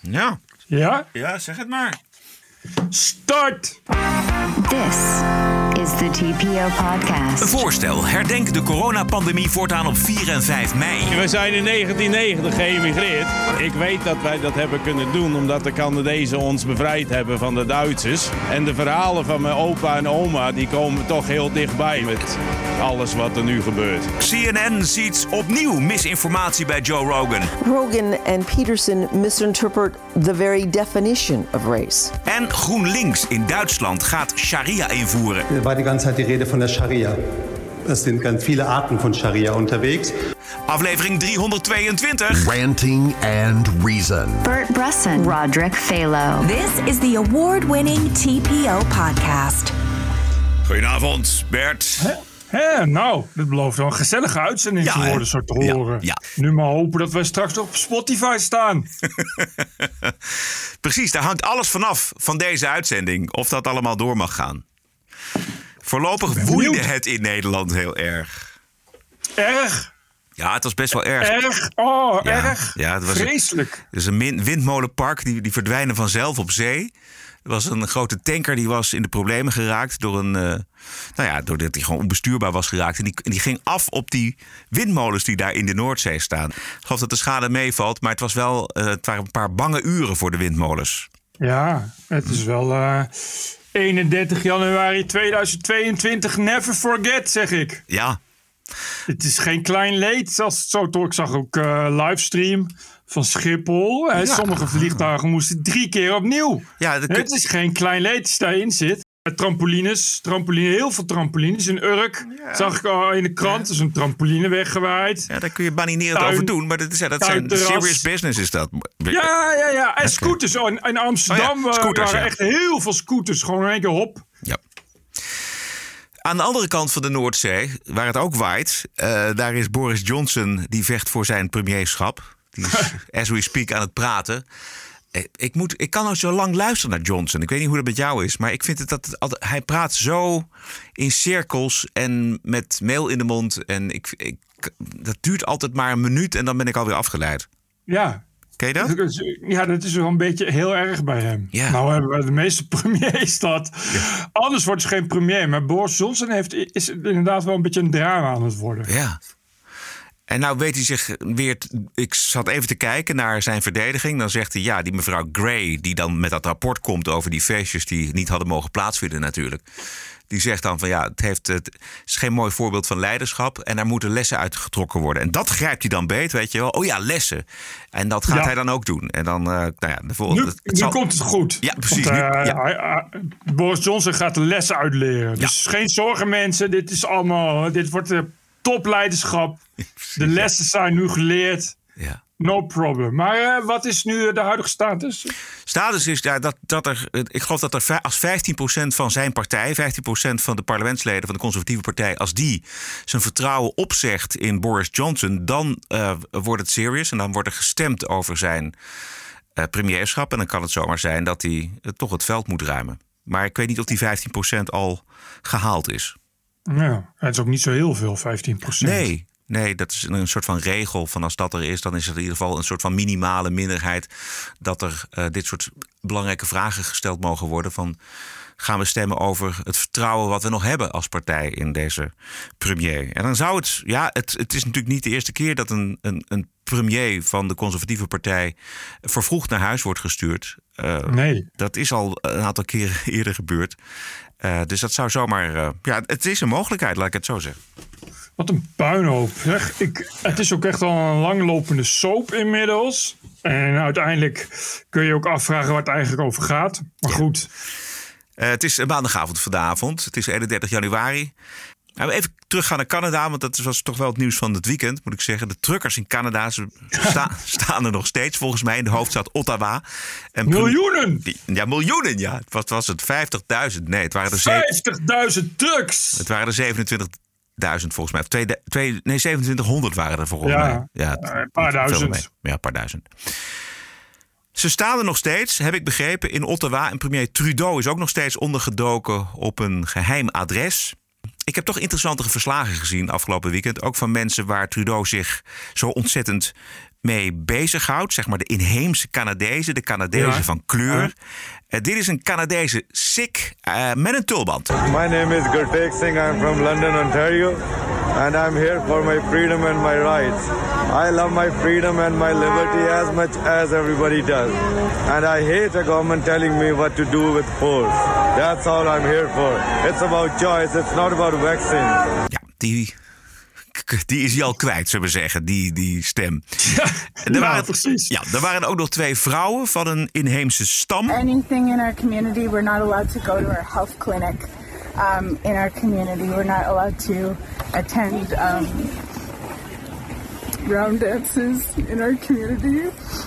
Ja. Ja? Ja, zeg het maar. Start! This is the TPO podcast. Een voorstel. Herdenk de coronapandemie voortaan op 4 en 5 mei. We zijn in 1990 geëmigreerd. Ik weet dat wij dat hebben kunnen doen omdat de Canadezen ons bevrijd hebben van de Duitsers. En de verhalen van mijn opa en oma die komen toch heel dichtbij met alles wat er nu gebeurt. CNN ziet opnieuw misinformatie bij Joe Rogan. Rogan and Peterson misinterpret the very definition of race. En GroenLinks in Duitsland gaat sharia invoeren. Er war die ganze Zeit die Rede von der Scharia. Es sind ganz viele Arten von Scharia unterwegs. Aflevering 322. Ranting and Reason. Bert Bresson, Roderick Phalo. This is the award-winning TPO podcast. Goedenavond, Bert. Nou, dit belooft wel een gezellige uitzending te worden, zo te horen. Ja. Nu maar hopen dat wij straks op Spotify staan. Precies, daar hangt alles vanaf van deze uitzending. Of dat allemaal door mag gaan. Voorlopig woeide het in Nederland heel erg. Erg? Ja, het was best wel erg. Erg? Oh, Ja, erg. ja, het was Vreselijk. Er is een windmolenpark, die verdwijnen vanzelf op zee. Er was een grote tanker die was in de problemen geraakt doordat hij gewoon onbestuurbaar was geraakt. En die ging af op die windmolens die daar in de Noordzee staan. Ik geloof dat de schade meevalt, maar het waren een paar bange uren voor de windmolens. Ja, het is wel 31 januari 2022. Never forget, zeg ik. Ja. Het is geen klein leed. Ik zag ook livestream van Schiphol. Ja. Sommige vliegtuigen moesten 3 keer opnieuw. Ja, Het is geen klein leed als je daarin zit. Heel veel trampolines. In Urk zag ik al in de krant. Er is een trampoline weggewaaid. Ja, daar kun je baninerend over doen. Maar dat zijn serious business is dat. Ja. En scooters. In Amsterdam waren echt heel veel scooters. Gewoon in één keer hop. Ja. Aan de andere kant van de Noordzee, waar het ook waait, daar is Boris Johnson die vecht voor zijn premierschap. Die is, as we speak, aan het praten. Ik kan nou zo lang luisteren naar Johnson. Ik weet niet hoe dat met jou is, maar ik vind hij praat zo in cirkels en met meel in de mond. En dat duurt altijd maar een minuut en dan ben ik alweer afgeleid. Ja. Ken je dat? Ja, dat is wel een beetje heel erg bij hem. Ja. Nou hebben we de meeste premiers dat. Ja. Anders wordt ze geen premier. Maar Boris Johnson is inderdaad wel een beetje een drama aan het worden. Ja. En nou weet hij zich weer. Ik zat even te kijken naar zijn verdediging. Dan zegt hij, ja, die mevrouw Gray, die dan met dat rapport komt over die feestjes die niet hadden mogen plaatsvinden natuurlijk. Die zegt dan van ja, het is geen mooi voorbeeld van leiderschap. En daar moeten lessen uitgetrokken worden. En dat grijpt hij dan beet, weet je wel. Oh ja, lessen. En dat gaat hij dan ook doen. En dan, de volgende. Nu komt het goed. Ja, precies. Boris Johnson gaat de lessen uitleren. Dus geen zorgen mensen. Dit wordt topleiderschap. De lessen zijn nu geleerd. Ja. No problem. Maar wat is nu de huidige status? Status is dat er, ik geloof dat er als 15% van zijn partij, 15% van de parlementsleden van de conservatieve partij, als die zijn vertrouwen opzegt in Boris Johnson, dan wordt het serious en dan wordt er gestemd over zijn premierschap. En dan kan het zomaar zijn dat hij toch het veld moet ruimen. Maar ik weet niet of die 15% al gehaald is. Ja, het is ook niet zo heel veel, 15%. Nee, dat is een soort van regel van als dat er is, dan is het in ieder geval een soort van minimale minderheid dat er dit soort belangrijke vragen gesteld mogen worden van gaan we stemmen over het vertrouwen wat we nog hebben als partij in deze premier. En dan zou het is natuurlijk niet de eerste keer dat een premier van de conservatieve partij vervroegd naar huis wordt gestuurd. Nee. Dat is al een aantal keren eerder gebeurd. Dus dat zou zomaar... het is een mogelijkheid, laat ik het zo zeggen. Wat een puinhoop. Zeg. Het is ook echt al een langlopende soap inmiddels. En uiteindelijk kun je ook afvragen waar het eigenlijk over gaat. Maar goed. Het is een maandagavond vanavond. Het is 31 januari. Even teruggaan naar Canada, want dat was toch wel het nieuws van het weekend, moet ik zeggen. De truckers in Canada staan er nog steeds, volgens mij, in de hoofdstad Ottawa. En miljoenen! Miljoenen, ja. Wat was het? 50.000? Nee, het waren er 50.000 trucks! Het waren er 27.000 volgens mij. 2700 waren er volgens mij. Ja, een paar duizend. Ja, een paar duizend. Ze staan er nog steeds, heb ik begrepen, in Ottawa. En premier Trudeau is ook nog steeds ondergedoken op een geheim adres. Ik heb toch interessante verslagen gezien afgelopen weekend. Ook van mensen waar Trudeau zich zo ontzettend mee bezighoudt. Zeg maar de inheemse Canadezen, de Canadezen van kleur. Dit is een Canadese Sikh met een tulband. My name is Gurteek Singh. I'm from London, Ontario. And I'm here for my freedom and my rights. I love my freedom and my liberty as much as everybody does. And I hate a government telling me what to do with force. That's all I'm here for. It's about choice. It's not about vaccines. Ja, die is hij al kwijt, zullen we zeggen, die stem. Precies. Ja, er waren ook nog 2 vrouwen van een inheemse stam. Anything in our community, we're not allowed to go to our health clinic. In our community, we're not allowed to attend round dances in our community.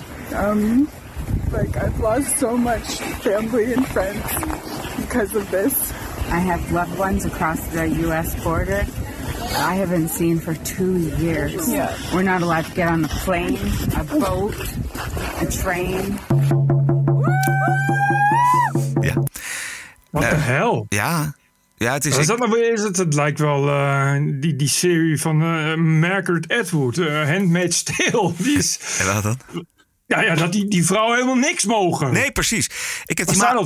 I've lost so much family and friends because of this. I have loved ones across the U.S. border. I haven't seen for 2 years. Yeah. We're not allowed to get on a plane, a boat, a train. Ja. What the hell? Ja, het is... Wat is dat nou weer? Het lijkt wel die serie van Margaret Atwood, Handmaid's Tale. Die is... En wat dan? Ja, dat die vrouwen helemaal niks mogen. Nee, precies. Ik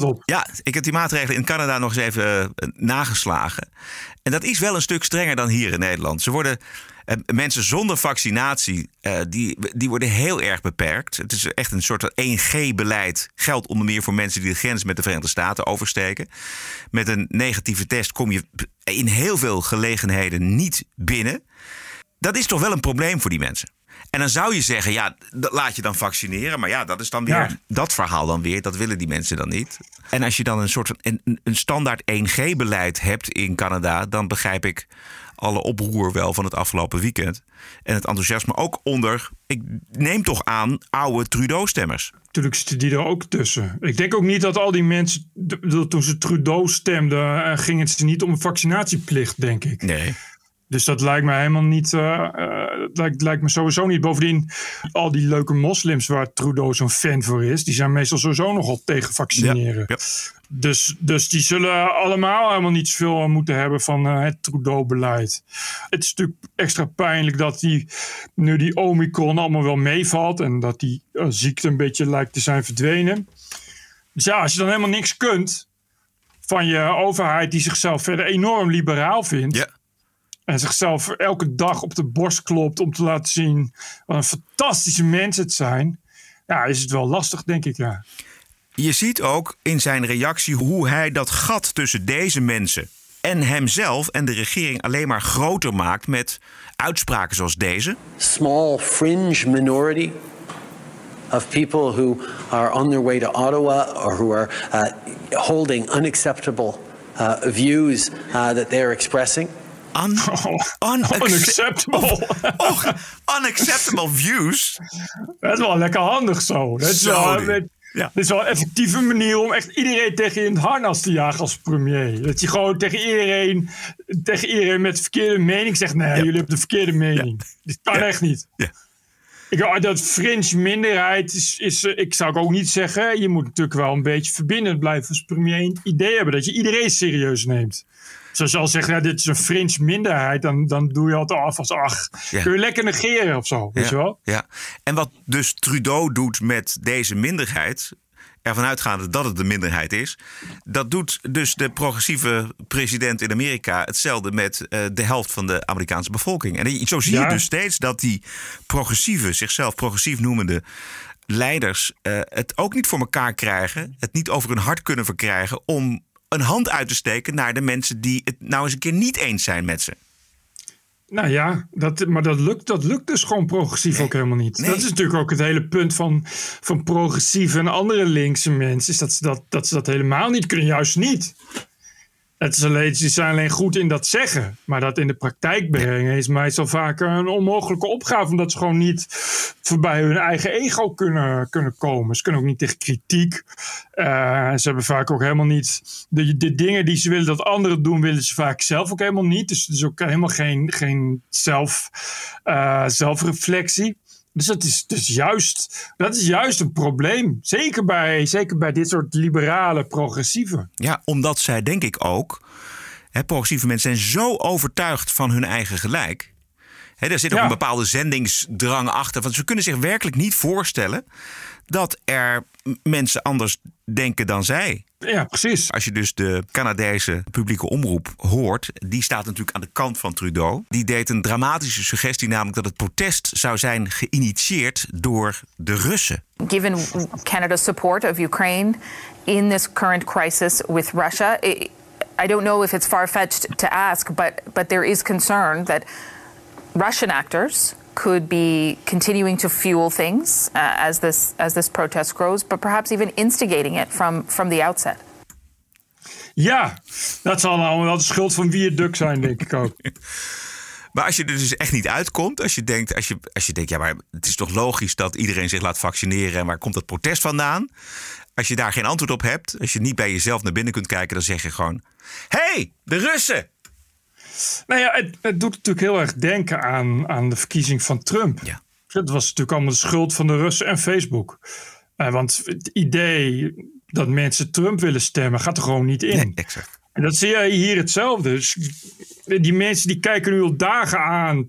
heb die maatregelen in Canada nog eens even nageslagen. En dat is wel een stuk strenger dan hier in Nederland. Ze worden... mensen zonder vaccinatie, die worden heel erg beperkt. Het is echt een soort 1G-beleid. Geldt onder meer voor mensen die de grens met de Verenigde Staten oversteken. Met een negatieve test kom je in heel veel gelegenheden niet binnen. Dat is toch wel een probleem voor die mensen. En dan zou je zeggen, ja, laat je dan vaccineren. Maar ja, dat is dan weer dat verhaal dan weer. Dat willen die mensen dan niet. En als je dan een soort een standaard 1G-beleid hebt in Canada, dan begrijp ik alle oproer wel van het afgelopen weekend. En het enthousiasme ook onder, ik neem toch aan, oude Trudeau-stemmers. Natuurlijk zitten die er ook tussen. Ik denk ook niet dat al die mensen, toen ze Trudeau stemden, ging het ze niet om een vaccinatieplicht, denk ik. Nee. Dus dat lijkt me helemaal niet, lijkt me sowieso niet. Bovendien, al die leuke moslims waar Trudeau zo'n fan voor is, die zijn meestal sowieso nogal tegen vaccineren. Ja. Dus die zullen allemaal helemaal niet zoveel moeten hebben van het Trudeau-beleid. Het is natuurlijk extra pijnlijk dat nu die Omicron allemaal wel meevalt en dat die ziekte een beetje lijkt te zijn verdwenen. Dus ja, als je dan helemaal niks kunt van je overheid die zichzelf verder enorm liberaal vindt. Ja. En zichzelf elke dag op de borst klopt om te laten zien wat een fantastische mensen het zijn. Ja, is het wel lastig, denk ik, ja. Je ziet ook in zijn reactie hoe hij dat gat tussen deze mensen en hemzelf en de regering alleen maar groter maakt met uitspraken zoals deze. Small fringe minority of people who are on their way to Ottawa or who are holding unacceptable views that they're expressing. Unacceptable. Unacceptable views. Dat is wel lekker handig zo. Dat is wel een effectieve manier om echt iedereen tegen je in het harnas te jagen als premier. Dat je gewoon tegen iedereen met de verkeerde mening zegt, nee, jullie hebben de verkeerde mening. Dit kan echt niet. Ja. Dat fringe minderheid is ik zou ook niet zeggen. Je moet natuurlijk wel een beetje verbindend blijven als premier een idee hebben dat je iedereen serieus neemt. Zoals je al zegt, dit is een fringe minderheid, dan doe je altijd af als kun je lekker negeren of zo, weet je wel? Ja. En wat dus Trudeau doet met deze minderheid, ervan uitgaande dat het de minderheid is, dat doet dus de progressieve president in Amerika hetzelfde met de helft van de Amerikaanse bevolking. En zo zie je dus steeds dat die zichzelf progressief noemende leiders het ook niet voor elkaar krijgen, het niet over hun hart kunnen verkrijgen om een hand uit te steken naar de mensen die het nou eens een keer niet eens zijn met ze. Nou ja, maar dat lukt dus gewoon progressief ook helemaal niet. Nee. Dat is natuurlijk ook het hele punt van progressieve en andere linkse mensen, is dat ze dat helemaal niet kunnen, juist niet. Ze zijn alleen goed in dat zeggen. Maar dat in de praktijk brengen is meestal vaak een onmogelijke opgave. Omdat ze gewoon niet voorbij hun eigen ego kunnen komen. Ze kunnen ook niet tegen kritiek. Ze hebben vaak ook helemaal niet de dingen die ze willen dat anderen doen, willen ze vaak zelf ook helemaal niet. Dus er is ook helemaal geen zelfreflectie. Dus dat is juist een probleem. Zeker bij dit soort liberale progressieven. Ja, omdat zij denk ik ook, progressieve mensen zijn zo overtuigd van hun eigen gelijk. Er zit ook een bepaalde zendingsdrang achter. Want ze kunnen zich werkelijk niet voorstellen dat er mensen anders denken dan zij. Ja, precies. Als je dus de Canadese publieke omroep hoort, die staat natuurlijk aan de kant van Trudeau. Die deed een dramatische suggestie, namelijk dat het protest zou zijn geïnitieerd door de Russen. Given Canada's support of Ukraine in this current crisis with Russia, I don't know if it's far-fetched to ask, but there is concern that Russian actors could be continuing to fuel things as this protest grows, but perhaps even instigating it from the outset. Ja, dat zal nou wel de schuld van Viaduct zijn, denk ik ook. Maar als je er dus echt niet uitkomt, als je denkt, ja, maar het is toch logisch dat iedereen zich laat vaccineren en waar komt dat protest vandaan? Als je daar geen antwoord op hebt, als je niet bij jezelf naar binnen kunt kijken, dan zeg je gewoon, hey, de Russen! Nou ja, het doet natuurlijk heel erg denken aan de verkiezing van Trump. Ja. Dat was natuurlijk allemaal de schuld van de Russen en Facebook. Want het idee dat mensen Trump willen stemmen gaat er gewoon niet in. Nee, exact. En dat zie je hier hetzelfde. Dus die mensen die kijken nu al dagen aan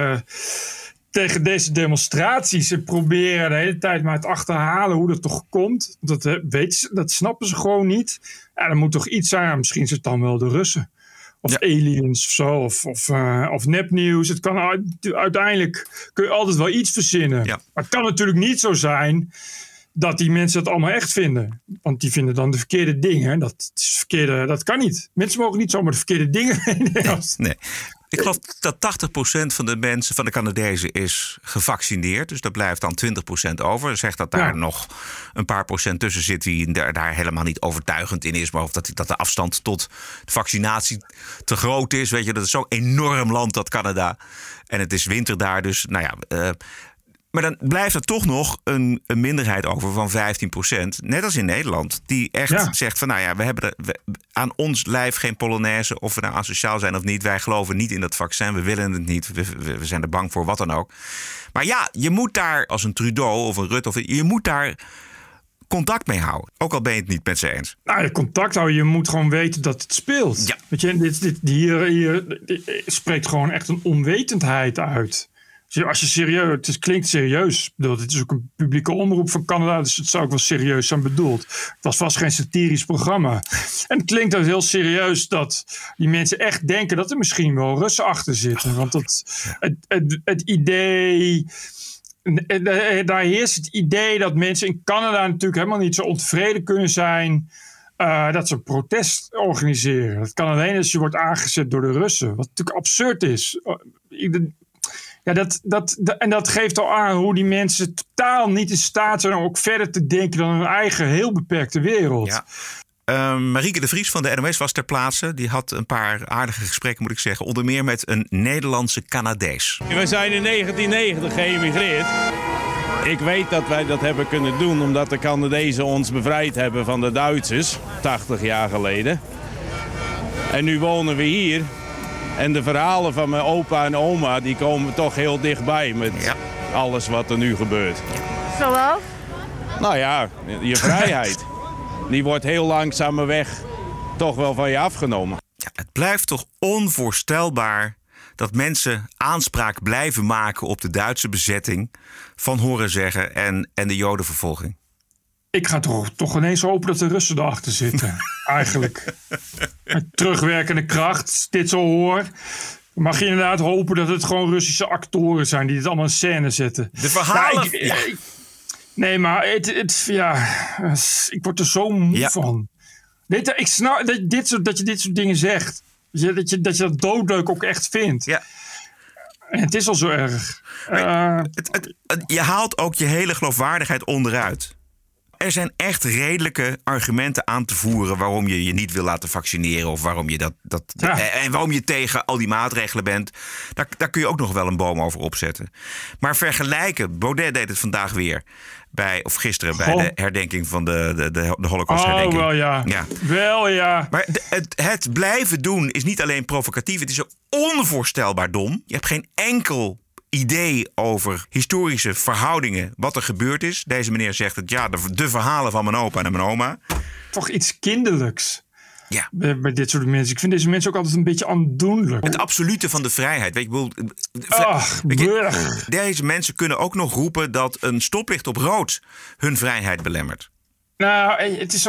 tegen deze demonstraties. Ze proberen de hele tijd maar te achterhalen hoe dat toch komt. Dat snappen ze gewoon niet. Ja, er moet toch iets zijn. Misschien is het dan wel de Russen. Of aliens of zo. Of nepnieuws. Het kan uiteindelijk kun je altijd wel iets verzinnen. Ja. Maar het kan natuurlijk niet zo zijn dat die mensen het allemaal echt vinden. Want die vinden dan de verkeerde dingen. Dat kan niet. Mensen mogen niet zomaar de verkeerde dingen vinden. Nee. Ik geloof dat 80% van de mensen, van de Canadezen, is gevaccineerd. Dus daar blijft dan 20% over. Zegt dat daar nog een paar procent tussen zit die daar helemaal niet overtuigend in is. Maar of dat de afstand tot de vaccinatie te groot is. Weet je, dat is zo'n enorm land, dat Canada. En het is winter daar, dus nou ja. Maar dan blijft er toch nog een minderheid over van 15%. Net als in Nederland. Die echt zegt van, nou ja, we hebben aan ons lijf geen Polonaise. Of we nou asociaal zijn of niet. Wij geloven niet in dat vaccin. We willen het niet. We zijn er bang voor, wat dan ook. Maar ja, je moet daar als een Trudeau of een Rutte, je moet daar contact mee houden. Ook al ben je het niet met ze eens. Nou, contact houden. Je moet gewoon weten dat het speelt. Ja. Weet je, hier spreekt gewoon echt een onwetendheid uit. Als je serieus, het klinkt serieus. Het is ook een publieke omroep van Canada, dus het zou ook wel serieus zijn bedoeld. Het was vast geen satirisch programma. En het klinkt ook heel serieus dat die mensen echt denken dat er misschien wel Russen achter zitten. Want het idee, daar heerst het idee dat mensen in Canada natuurlijk helemaal niet zo ontevreden kunnen zijn dat ze een protest organiseren. Dat kan alleen als je wordt aangezet door de Russen. Wat natuurlijk absurd is. Ja, dat geeft al aan hoe die mensen totaal niet in staat zijn om ook verder te denken dan hun eigen heel beperkte wereld. Ja. Marieke de Vries van de NOS was ter plaatse. Die had een paar aardige gesprekken, moet ik zeggen. Onder meer met een Nederlandse Canadees. We zijn in 1990 geëmigreerd. Ik weet dat wij dat hebben kunnen doen omdat de Canadezen ons bevrijd hebben van de Duitsers. 80 jaar geleden. En nu wonen we hier. En de verhalen van mijn opa en oma, die komen toch heel dichtbij met alles wat er nu gebeurt. Zoals? Nou ja, je vrijheid. Die wordt heel langzamerweg toch wel van je afgenomen. Ja, het blijft toch onvoorstelbaar dat mensen aanspraak blijven maken op de Duitse bezetting van horen zeggen en de Jodenvervolging. Ik ga toch ineens hopen dat de Russen erachter zitten. Eigenlijk. Met terugwerkende kracht, dit zo hoor. Mag je inderdaad hopen dat het gewoon Russische actoren zijn die dit allemaal in scène zetten. De verhalen. Nee, maar ik word er zo moe van. Ik snap dat je dit soort dingen zegt. Dat je dat doodleuk ook echt vindt. Ja. En het is al zo erg. Je haalt ook je hele geloofwaardigheid onderuit. Er zijn echt redelijke argumenten aan te voeren waarom je je niet wil laten vaccineren of waarom je en waarom je tegen al die maatregelen bent. Daar kun je ook nog wel een boom over opzetten. Maar vergelijken, Baudet deed het vandaag weer gisteren bij de herdenking van de Holocaust-herdenking. Oh, wel ja. Wel ja. Maar het blijven doen is niet alleen provocatief, het is ook onvoorstelbaar dom. Je hebt geen enkel idee over historische verhoudingen, wat er gebeurd is. Deze meneer zegt het, de verhalen van mijn opa en mijn oma. Toch iets kinderlijks. bij dit soort mensen. Ik vind deze mensen ook altijd een beetje aandoenlijk. Het absolute van de vrijheid. Weet je, deze mensen kunnen ook nog roepen dat een stoplicht op rood hun vrijheid belemmert. Nou,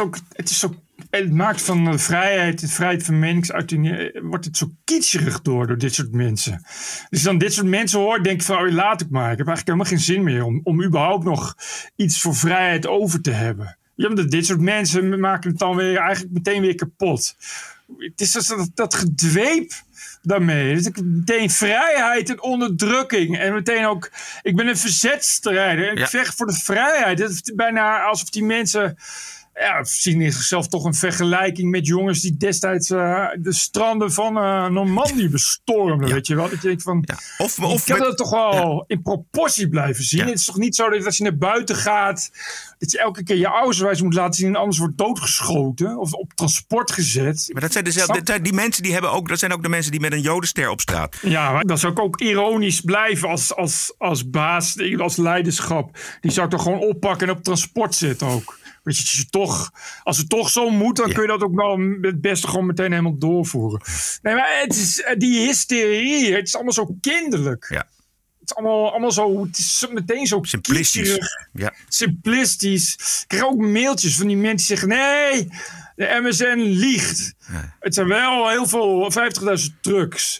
het maakt van de vrijheid van meningsuiting, wordt het zo kitscherig door dit soort mensen. Dus dan dit soort mensen hoor, denk ik van, laat ik maar. Ik heb eigenlijk helemaal geen zin meer om überhaupt nog iets voor vrijheid over te hebben. Ja, maar dit soort mensen maken het dan weer eigenlijk meteen weer kapot. Het is dat gedweep daarmee. Dus meteen vrijheid en onderdrukking. En meteen ook, ik ben een verzetstrijder. En ik vecht voor de vrijheid. Het is bijna alsof die mensen zien in zichzelf toch een vergelijking met jongens die destijds de stranden van Normandië bestormden. Weet je wel? Dat je denkt van, ik kan dat toch wel in proportie blijven zien. Het is toch niet zo dat als je naar buiten gaat, dat je elke keer je ouderswijs moet laten zien en anders wordt doodgeschoten of op transport gezet. Maar dat zijn die mensen dat zijn ook de mensen die met een jodenster op straat. Ja, maar dat zou ik ook ironisch blijven als baas, als leiderschap. Die zou ik toch gewoon oppakken en op transport zetten ook. Weet je, als het toch zo moet, dan kun je dat ook wel het beste gewoon meteen helemaal doorvoeren. Nee, maar het is die hysterie. Het is allemaal zo kinderlijk. Ja. Het is allemaal zo. Het is meteen zo simplistisch. Simplistisch. Ik krijg ook mailtjes van die mensen die zeggen: nee, de MSN liegt. Ja. Het zijn wel heel veel 50.000 trucks.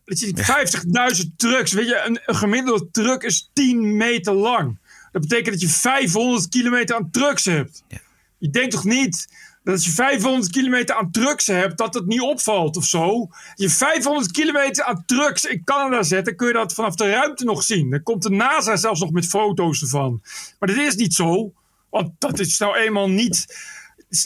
50.000 trucks. Weet je, een gemiddelde truck is 10 meter lang. Dat betekent dat je 500 kilometer aan trucks hebt. Ja. Je denkt toch niet dat als je 500 kilometer aan trucks hebt, dat het niet opvalt of zo? Als je 500 kilometer aan trucks in Canada zet, dan kun je dat vanaf de ruimte nog zien. Dan komt de NASA zelfs nog met foto's ervan. Maar dat is niet zo, want dat is nou eenmaal niet. Het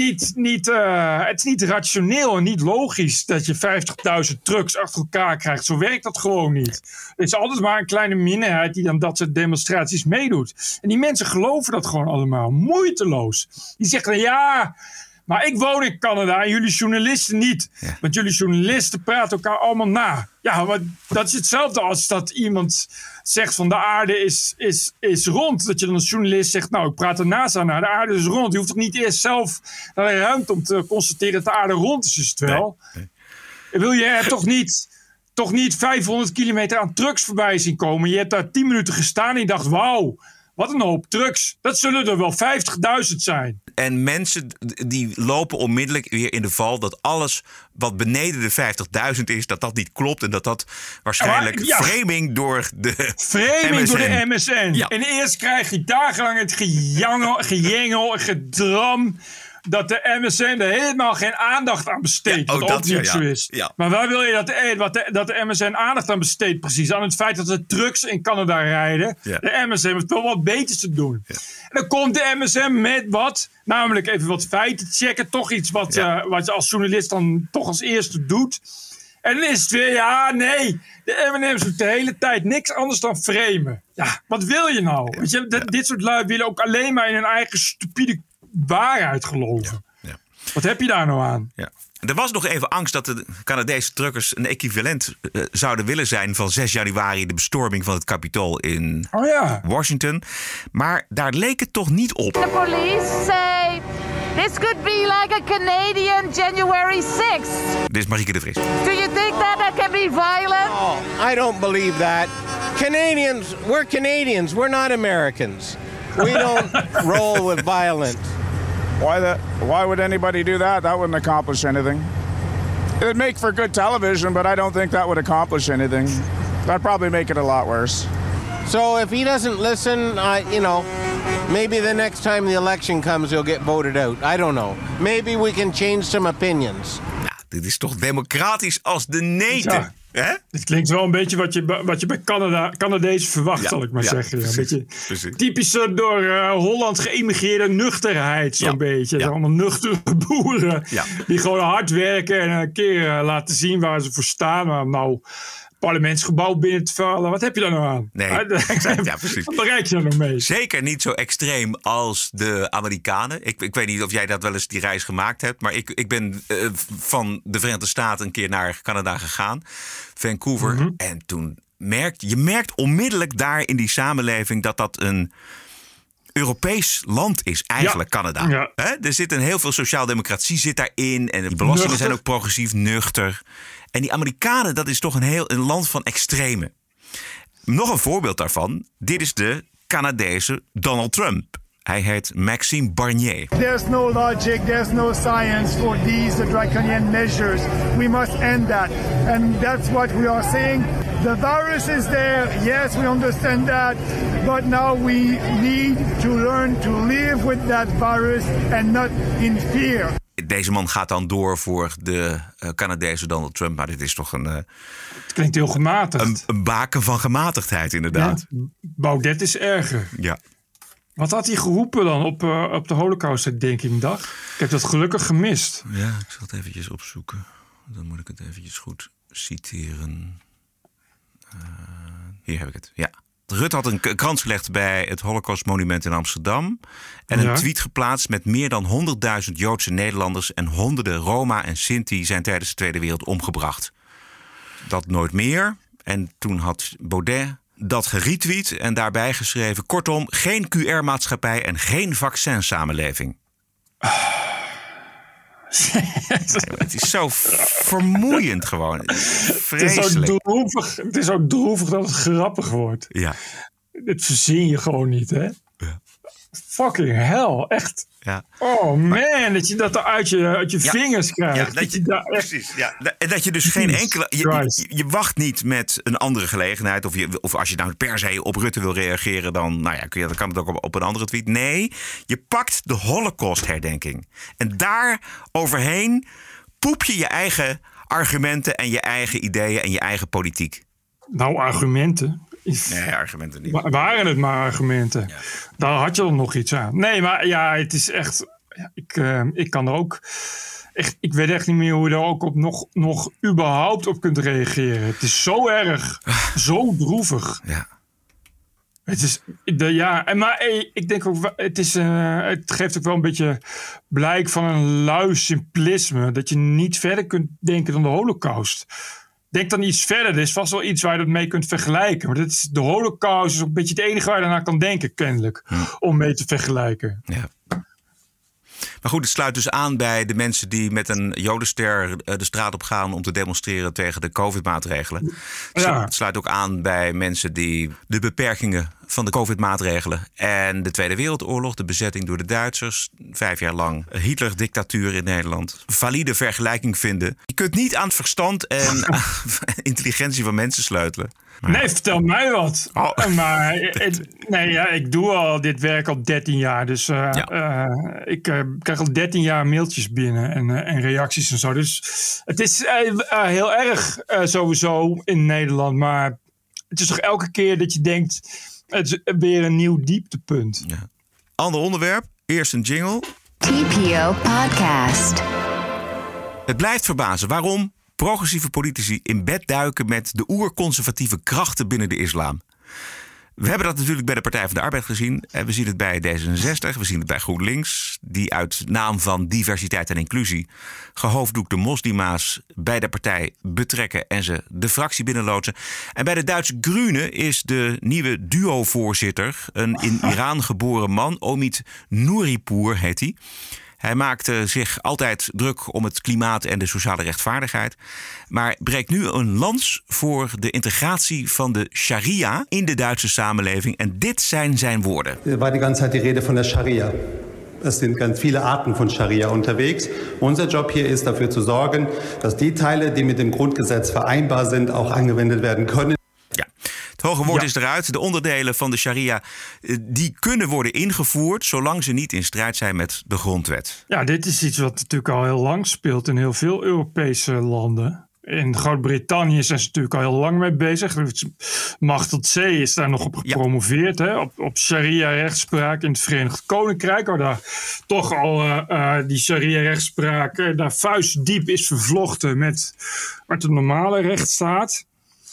is niet rationeel en niet logisch dat je 50.000 trucks achter elkaar krijgt. Zo werkt dat gewoon niet. Er is altijd maar een kleine minderheid die dan dat soort demonstraties meedoet. En die mensen geloven dat gewoon allemaal. Moeiteloos. Die zeggen, ja, maar ik woon in Canada en jullie journalisten niet. Ja. Want jullie journalisten praten elkaar allemaal na. Ja, maar dat is hetzelfde als dat iemand zegt van de aarde is rond. Dat je dan als journalist zegt, nou, ik praat de NASA na. De aarde is rond. Je hoeft toch niet eerst zelf naar de ruimte om te constateren dat de aarde rond is het wel. Nee. Je hebt toch niet 500 kilometer aan trucks voorbij zien komen. Je hebt daar 10 minuten gestaan en je dacht, wauw, wat een hoop trucks. Dat zullen er wel 50.000 zijn. En mensen die lopen onmiddellijk weer in de val dat alles wat beneden de 50.000 is, dat niet klopt. En dat waarschijnlijk framing door de MSN. Ja. En eerst krijg je dagenlang het gejengel en gedram dat de MSN er helemaal geen aandacht aan besteedt. Wat ook niet zo is. Ja. Maar waar wil je dat de MSN aandacht aan besteedt precies? Aan het feit dat er trucks in Canada rijden. Ja. De MSN heeft wel wat beters te doen. Ja. En dan komt de MSN met wat? Namelijk even wat feiten checken. Toch iets wat je als journalist dan toch als eerste doet. En dan is het weer, de M&M's doet de hele tijd niks anders dan framen. Ja, wat wil je nou? Weet je, dit soort lui willen ook alleen maar in hun eigen stupide waarheid geloven. Ja. Wat heb je daar nou aan? Ja. Er was nog even angst dat de Canadese truckers een equivalent zouden willen zijn van 6 januari, de bestorming van het Capitool in Washington. Maar daar leek het toch niet op. The police say this could be like a Canadian January 6th. Dit is Marieke de Vries. Do you think that can be violent? Oh, I don't believe that. We're Canadians, we're not Americans. We don't roll with violence. Why would anybody do that? That wouldn't accomplish anything. It'd make for good television, but I don't think that would accomplish anything. That'd probably make it a lot worse. So if he doesn't listen, maybe the next time the election comes, he'll get voted out. I don't know. Maybe we can change some opinions. Ja, dit is toch democratisch als de neten. Ja. Het klinkt wel een beetje wat je bij Canadezen verwacht, zal ik maar zeggen. Precies, een beetje typische door Holland geëmigreerde nuchterheid, zo'n beetje. Ja. Allemaal nuchtere boeren die gewoon hard werken en een keer laten zien waar ze voor staan. Maar nou, parlementsgebouw binnen te vallen. Wat heb je daar nou aan? Nee, exact, precies. Wat bereik je er nog mee? Zeker niet zo extreem als de Amerikanen. Ik weet niet of jij dat wel eens die reis gemaakt hebt. Maar ik ben van de Verenigde Staten een keer naar Canada gegaan. Vancouver. Mm-hmm. En toen merkt onmiddellijk daar in die samenleving dat Europees land is eigenlijk Canada. Ja. Er zit heel veel sociaaldemocratie zit daarin. En de belastingen zijn ook progressief, nuchter. En die Amerikanen, dat is toch een land van extreme. Nog een voorbeeld daarvan. Dit is de Canadese Donald Trump. Hij heet Maxime Barnier. There's no logic, there's no science for these draconian measures. We must end that. And that's what we are saying. The virus is there. Yes, we understand that. But now we need to learn to live with that virus and not in fear. Deze man gaat dan door voor de Canadese Donald Trump. Maar dit is toch het klinkt heel gematigd. Een baken van gematigheid, inderdaad. Ja, Baudet is erger. Ja. Wat had hij geroepen dan op de Holocaust-herdenkingdag? Ik heb dat gelukkig gemist. Ja, ik zal het eventjes opzoeken. Dan moet ik het eventjes goed citeren. Hier heb ik het, ja. Rutte had een krans gelegd bij het Holocaustmonument in Amsterdam. En een tweet geplaatst met meer dan 100.000 Joodse Nederlanders en honderden Roma en Sinti zijn tijdens de Tweede Wereld omgebracht. Dat nooit meer. En toen had Baudet dat geretweet en daarbij geschreven: kortom, geen QR-maatschappij en geen vaccins-samenleving. Het is zo vermoeiend gewoon. Vreselijk. Het is ook droevig dat het grappig wordt. Ja. Dit verzin je gewoon niet, hè? Ja. Fucking hell, echt. Ja. Oh man, dat je dat uit je vingers krijgt. Ja, precies. Ja. En dat je dus geen enkele... Je wacht niet met een andere gelegenheid. Of als je nou per se op Rutte wil reageren, dan kan het ook op een andere tweet. Nee, je pakt de Holocaust-herdenking. En daar overheen poep je je eigen argumenten en je eigen ideeën en je eigen politiek. Nou, argumenten... Nee, argumenten niet. Waren het maar argumenten? Ja. Daar had je dan nog iets aan. Nee, maar ja, het is echt... Ik kan er ook... Ik weet echt niet meer hoe je er ook op nog überhaupt op kunt reageren. Het is zo erg. Zo droevig. Ja. Het is... Maar ik denk ook... Het geeft ook wel een beetje blijk van een lui simplisme. Dat je niet verder kunt denken dan de Holocaust. Denk dan iets verder. Er is vast wel iets waar je dat mee kunt vergelijken. Maar de Holocaust is ook een beetje het enige waar je daarna kan denken, kennelijk. Om mee te vergelijken. Ja. Maar goed, het sluit dus aan bij de mensen die met een jodenster de straat op gaan om te demonstreren tegen de COVID-maatregelen. Het sluit ook aan bij mensen die de beperkingen van de COVID-maatregelen en de Tweede Wereldoorlog, de bezetting door de Duitsers, 5 jaar lang Hitler-dictatuur in Nederland, valide vergelijking vinden. Je kunt niet aan het verstand en intelligentie van mensen sleutelen. Nee, vertel mij wat. Maar ik doe al dit werk al 13 jaar. Dus ik krijg al 13 jaar mailtjes binnen en reacties en zo. Dus het is heel erg sowieso in Nederland. Maar het is toch elke keer dat je denkt, het is weer een nieuw dieptepunt. Ja. Ander onderwerp, eerst een jingle. TPO Podcast. Het blijft verbazen waarom progressieve politici in bed duiken met de oerconservatieve krachten binnen de islam. We hebben dat natuurlijk bij de Partij van de Arbeid gezien. We zien het bij D66, we zien het bij GroenLinks, die uit naam van diversiteit en inclusie gehoofddoekte moslima's bij de partij betrekken en ze de fractie binnenloodsen. En bij de Duitse Groenen is de nieuwe duo-voorzitter een in Iran geboren man, Omid Nouripour heet hij. Hij maakte zich altijd druk om het klimaat en de sociale rechtvaardigheid. Maar breekt nu een lans voor de integratie van de sharia in de Duitse samenleving. En dit zijn zijn woorden. Er war die ganze Zeit die Rede von der Scharia. Es sind ganz viele Arten von Scharia unterwegs. Unser Job hier ist dafür zu sorgen, dass die Teile, die mit dem Grundgesetz vereinbar sind, auch angewendet werden können. Ja. Het hoge woord is eruit. De onderdelen van de sharia die kunnen worden ingevoerd zolang ze niet in strijd zijn met de grondwet. Ja, dit is iets wat natuurlijk al heel lang speelt in heel veel Europese landen. In Groot-Brittannië zijn ze natuurlijk al heel lang mee bezig. Machtel C is daar nog op gepromoveerd. Hè? Op sharia-rechtspraak in het Verenigd Koninkrijk. Waar daar toch al die sharia-rechtspraak daar vuistdiep is vervlochten met de normale rechtsstaat.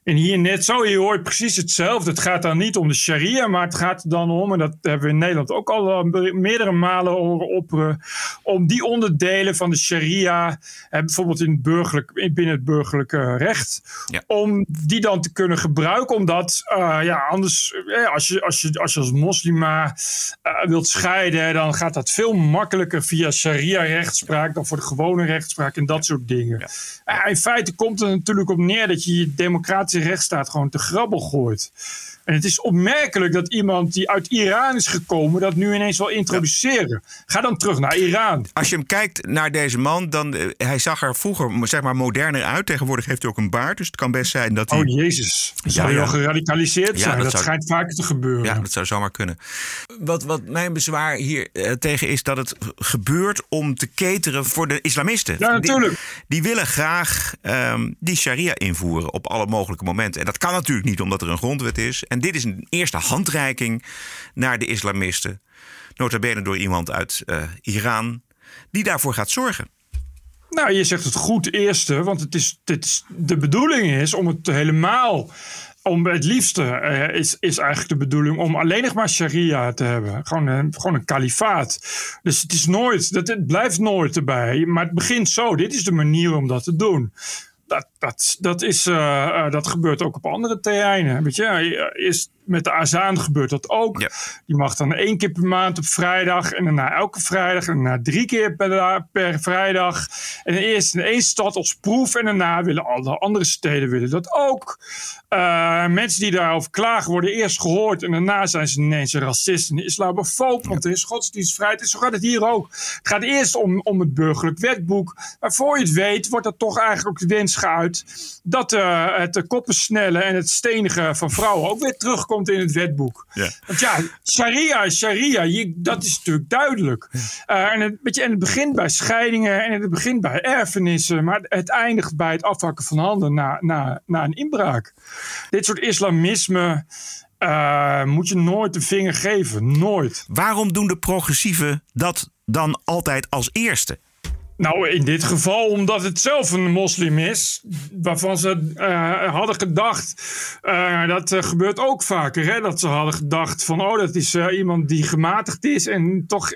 En hier net zo, je hoort precies hetzelfde. Het gaat dan niet om de sharia, maar het gaat er dan om, en dat hebben we in Nederland ook al meerdere malen horen opperen, om die onderdelen van de sharia, bijvoorbeeld binnen het burgerlijke recht, om die dan te kunnen gebruiken, omdat anders, als je als moslima wilt scheiden, dan gaat dat veel makkelijker via sharia-rechtspraak dan voor de gewone rechtspraak en dat soort dingen. In feite komt het natuurlijk op neer dat je democratische rechtsstaat gewoon te grabbel gooit. En het is opmerkelijk dat iemand die uit Iran is gekomen dat nu ineens wil introduceren. Ga dan terug naar Iran. Als je hem kijkt naar deze man, dan hij zag er vroeger zeg maar moderner uit. Tegenwoordig heeft hij ook een baard, dus het kan best zijn dat hij... Oh jezus, zou hij wel geradicaliseerd zijn? Dat schijnt vaker te gebeuren. Ja, dat zou zomaar kunnen. Wat mijn bezwaar hier tegen is dat het gebeurt om te cateren voor de islamisten. Ja, natuurlijk. Die willen graag die sharia invoeren op alle mogelijke momenten. En dat kan natuurlijk niet omdat er een grondwet is. En dit is een eerste handreiking naar de islamisten. Nota bene door iemand uit Iran die daarvoor gaat zorgen. Nou, je zegt het goed eerste, want de bedoeling is om het helemaal... Het liefste is eigenlijk de bedoeling om alleen nog maar sharia te hebben. Gewoon een kalifaat. Dus het blijft nooit erbij. Maar het begint zo. Dit is de manier om dat te doen. Dat gebeurt ook op andere terreinen. Weet je, met de azaan gebeurt dat ook. Ja. Die mag dan 1 keer per maand op vrijdag. En daarna elke vrijdag. En daarna 3 keer per vrijdag. En eerst in 1 stad als proef. En daarna willen alle andere steden dat ook. Mensen die daarover klagen worden eerst gehoord. En daarna zijn ze ineens een racist en islamofoob. Want er is godsdienstvrijheid. En zo gaat het hier ook. Het gaat eerst om het burgerlijk wetboek. Maar voor je het weet wordt er toch eigenlijk ook de wens geuit dat het koppensnellen en het stenigen van vrouwen ook weer terugkomt in het wetboek. Ja. Want sharia is sharia. Dat is natuurlijk duidelijk. En het begint bij scheidingen en het begint bij erfenissen. Maar het eindigt bij het afhakken van handen na een inbraak. Dit soort islamisme moet je nooit de vinger geven. Nooit. Waarom doen de progressieven dat dan altijd als eerste? Nou, in dit geval omdat het zelf een moslim is. Waarvan ze hadden gedacht... dat gebeurt ook vaker. Hè? Dat ze hadden gedacht van... dat is iemand die gematigd is... en toch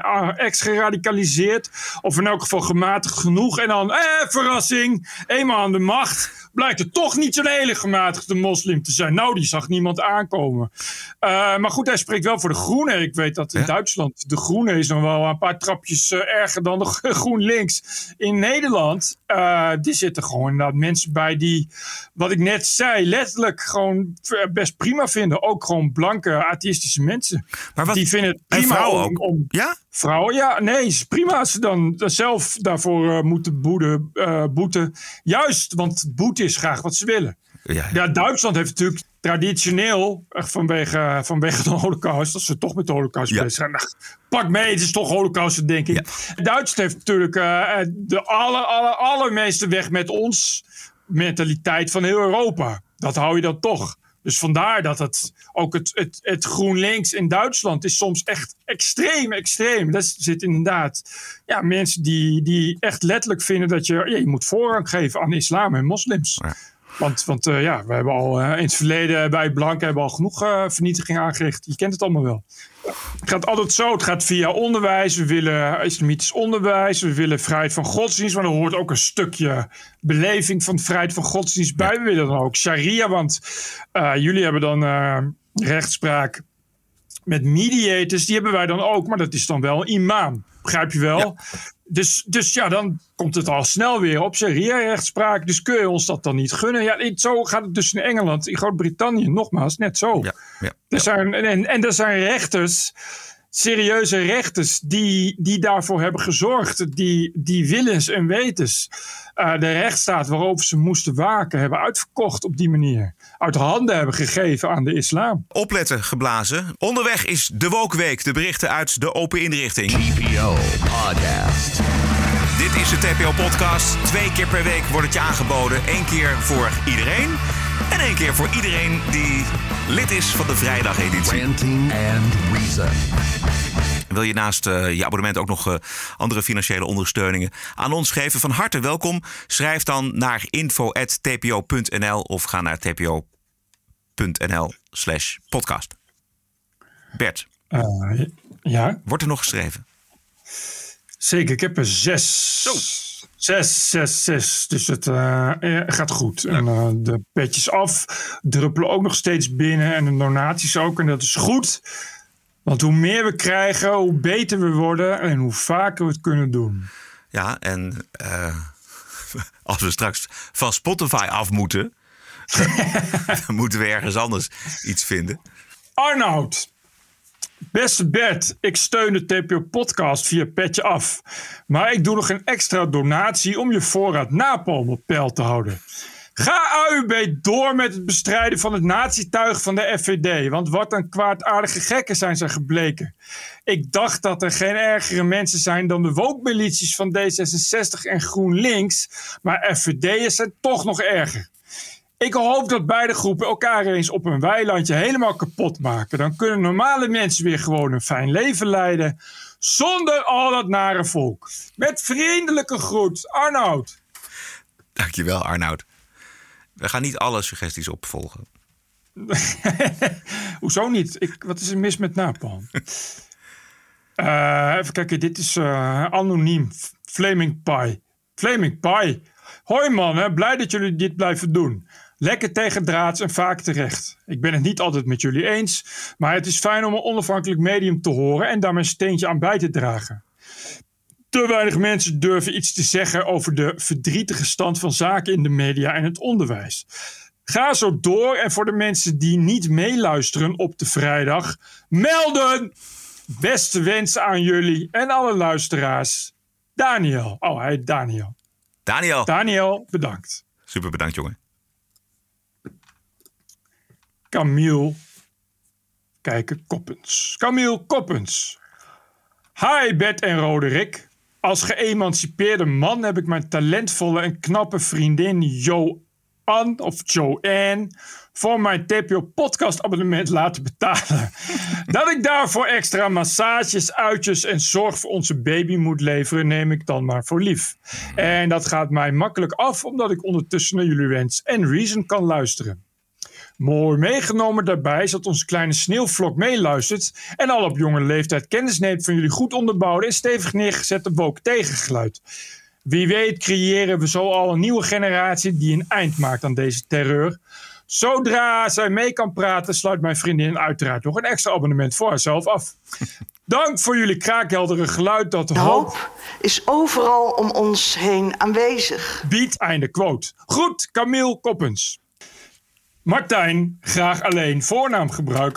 ex-geradicaliseerd. Of in elk geval gematigd genoeg. En dan, verrassing, eenmaal aan de macht... blijkt het toch niet zo'n hele gematigde moslim te zijn. Nou, die zag niemand aankomen. Maar goed, hij spreekt wel voor de Groenen. Ik weet dat in Duitsland de Groenen is nog wel een paar trapjes erger dan de GroenLinks. In Nederland, die zitten gewoon inderdaad mensen bij die, wat ik net zei, letterlijk gewoon best prima vinden. Ook gewoon blanke, atheïstische mensen. Maar die vinden het prima. En vrouwen ook? Ja? Vrouwen, ja. Nee, is prima als ze dan zelf daarvoor moeten boeten. Juist, want boete is graag wat ze willen. Ja, Duitsland heeft natuurlijk traditioneel, vanwege de Holocaust, als ze toch met de Holocaust bezig zijn. Nou, pak mee, het is toch Holocaust, denk ik. Ja. Duitsland heeft natuurlijk de allermeeste weg met ons mentaliteit van heel Europa. Dat hou je dan toch. Dus vandaar dat het GroenLinks in Duitsland is soms echt extreem. Dat zit inderdaad mensen die echt letterlijk vinden dat je moet voorrang geven aan islam en moslims. Ja. Want we hebben al in het verleden bij blanken hebben al genoeg vernietiging aangericht. Je kent het allemaal wel. Het gaat altijd zo. Het gaat via onderwijs. We willen islamitisch onderwijs. We willen vrijheid van godsdienst. Maar er hoort ook een stukje beleving van vrijheid van godsdienst bij. We willen dan ook sharia. Want jullie hebben dan rechtspraak met mediators. Die hebben wij dan ook. Maar dat is dan wel een imam. Begrijp je wel? Ja. Dus dan komt het al snel weer op sharia-rechtspraak. Dus kun je ons dat dan niet gunnen? Ja, zo gaat het dus in Engeland, in Groot-Brittannië, nogmaals, net zo. Er zijn rechters, serieuze rechters, die daarvoor hebben gezorgd. Die willens en wetens de rechtsstaat waarover ze moesten waken hebben uitverkocht op die manier. Uit handen hebben gegeven aan de islam. Opletten geblazen. Onderweg is de Woke Week. De berichten uit de open inrichting. TPO Podcast. Dit is de TPO Podcast. 2 keer per week wordt het je aangeboden. 1 keer voor iedereen. En 1 keer voor iedereen die lid is van de vrijdageditie. Ranting and Reason. Wil je naast je abonnement ook nog andere financiële ondersteuningen aan ons geven? Van harte welkom. Schrijf dan naar info@tpo.nl of ga naar tpo.nl/podcast. Bert. Ja? Wordt er nog geschreven? Zeker, ik heb er 6. Zo. 6. Dus het gaat goed. En de petjes af druppelen ook nog steeds binnen. En de donaties ook. En dat is goed. Want hoe meer we krijgen, hoe beter we worden. En hoe vaker we het kunnen doen. Ja, en als we straks van Spotify af moeten... dan moeten we ergens anders iets vinden. Arnoud. Beste Bert, ik steun de TPO-podcast via Petje Af. Maar ik doe nog een extra donatie om je voorraad napalm op peil te houden. Ga AUB door met het bestrijden van het nazi-tuig van de FVD. Want wat een kwaadaardige gekken zijn ze gebleken. Ik dacht dat er geen ergere mensen zijn dan de woke-milities van D66 en GroenLinks. Maar FVD'ers zijn toch nog erger. Ik hoop dat beide groepen elkaar eens op een weilandje helemaal kapot maken. Dan kunnen normale mensen weer gewoon een fijn leven leiden. Zonder al dat nare volk. Met vriendelijke groet, Arnoud. Dankjewel, Arnoud. We gaan niet alle suggesties opvolgen. Hoezo niet? Wat is er mis met napalm? Even kijken, dit is anoniem. Flaming Pie. Flaming Pie. Hoi mannen, blij dat jullie dit blijven doen. Lekker tegendraads en vaak terecht. Ik ben het niet altijd met jullie eens, maar het is fijn om een onafhankelijk medium te horen en daar mijn steentje aan bij te dragen. Te weinig mensen durven iets te zeggen over de verdrietige stand van zaken in de media en het onderwijs. Ga zo door en voor de mensen die niet meeluisteren op de vrijdag, melden! Beste wensen aan jullie en alle luisteraars. Daniel. Oh, hij heet Daniel. Daniel, bedankt. Super bedankt, jongen. Camille Koppens. Hi Bert en Roderick. Als geëmancipeerde man heb ik mijn talentvolle en knappe vriendin Joanne voor mijn TPO-podcast abonnement laten betalen. Dat ik daarvoor extra massages, uitjes en zorg voor onze baby moet leveren, neem ik dan maar voor lief. En dat gaat mij makkelijk af, omdat ik ondertussen naar jullie wens en Reason kan luisteren. Mooi meegenomen daarbij is dat onze kleine sneeuwvlok meeluistert en al op jonge leeftijd kennis neemt van jullie goed onderbouwde en stevig neergezette woke tegengeluid. Wie weet creëren we zo al een nieuwe generatie die een eind maakt aan deze terreur. Zodra zij mee kan praten, sluit mijn vriendin uiteraard nog een extra abonnement voor haarzelf af. Dank voor jullie kraakheldere geluid dat de hoop is overal om ons heen aanwezig. Biedt einde quote. Goed, Camille Koppens. Martijn, graag alleen voornaam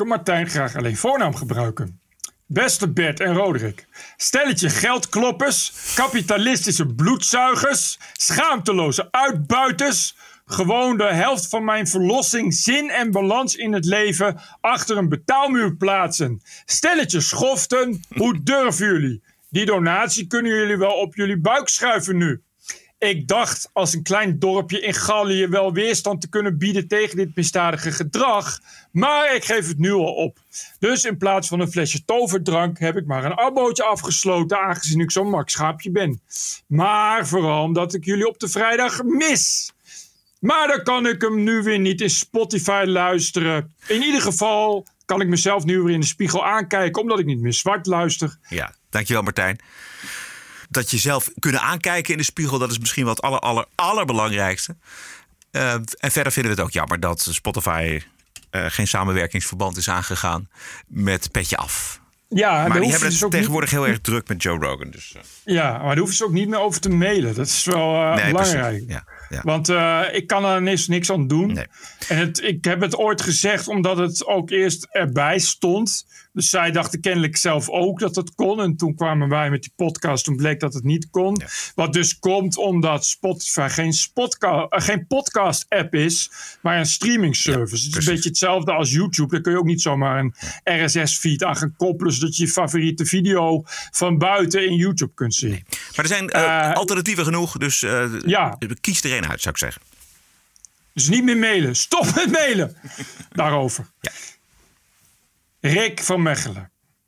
gebruiken. Beste Bert en Roderick. Stelletje geldkloppers, kapitalistische bloedzuigers, schaamteloze uitbuiters. Gewoon de helft van mijn verlossing, zin en balans in het leven achter een betaalmuur plaatsen. Stelletje schoften, hoe durven jullie? Die donatie kunnen jullie wel op jullie buik schuiven nu. Ik dacht als een klein dorpje in Gallië wel weerstand te kunnen bieden tegen dit misdadige gedrag. Maar ik geef het nu al op. Dus in plaats van een flesje toverdrank heb ik maar een abootje afgesloten, aangezien ik zo'n makschaapje ben. Maar vooral omdat ik jullie op de vrijdag mis. Maar dan kan ik hem nu weer niet in Spotify luisteren. In ieder geval kan ik mezelf nu weer in de spiegel aankijken, omdat ik niet meer zwart luister. Ja, dankjewel Martijn. Dat jezelf kunnen aankijken in de spiegel, dat is misschien wel het allerbelangrijkste. En verder vinden we het ook jammer dat Spotify geen samenwerkingsverband is aangegaan met Petje Af. Ja, maar die hebben het tegenwoordig heel erg druk met Joe Rogan. Dus, Ja, maar daar hoeven ze ook niet meer over te mailen. Dat is wel belangrijk. Ja. Want ik kan er niks aan doen. Nee. En ik heb het ooit gezegd omdat het ook eerst erbij stond. Dus zij dachten kennelijk zelf ook dat het kon. En toen kwamen wij met die podcast. Toen bleek dat het niet kon. Ja. Wat dus komt omdat Spotify geen podcast-app is, maar een streaming service. Ja, het is een beetje hetzelfde als YouTube. Daar kun je ook niet zomaar een RSS-feed aan gaan koppelen, zodat je je favoriete video van buiten in YouTube kunt zien. Nee. Maar er zijn alternatieven genoeg. Dus kies er één uit, zou ik zeggen. Dus niet meer mailen. Stop met mailen. Daarover. Ja. Rick van Mechelen.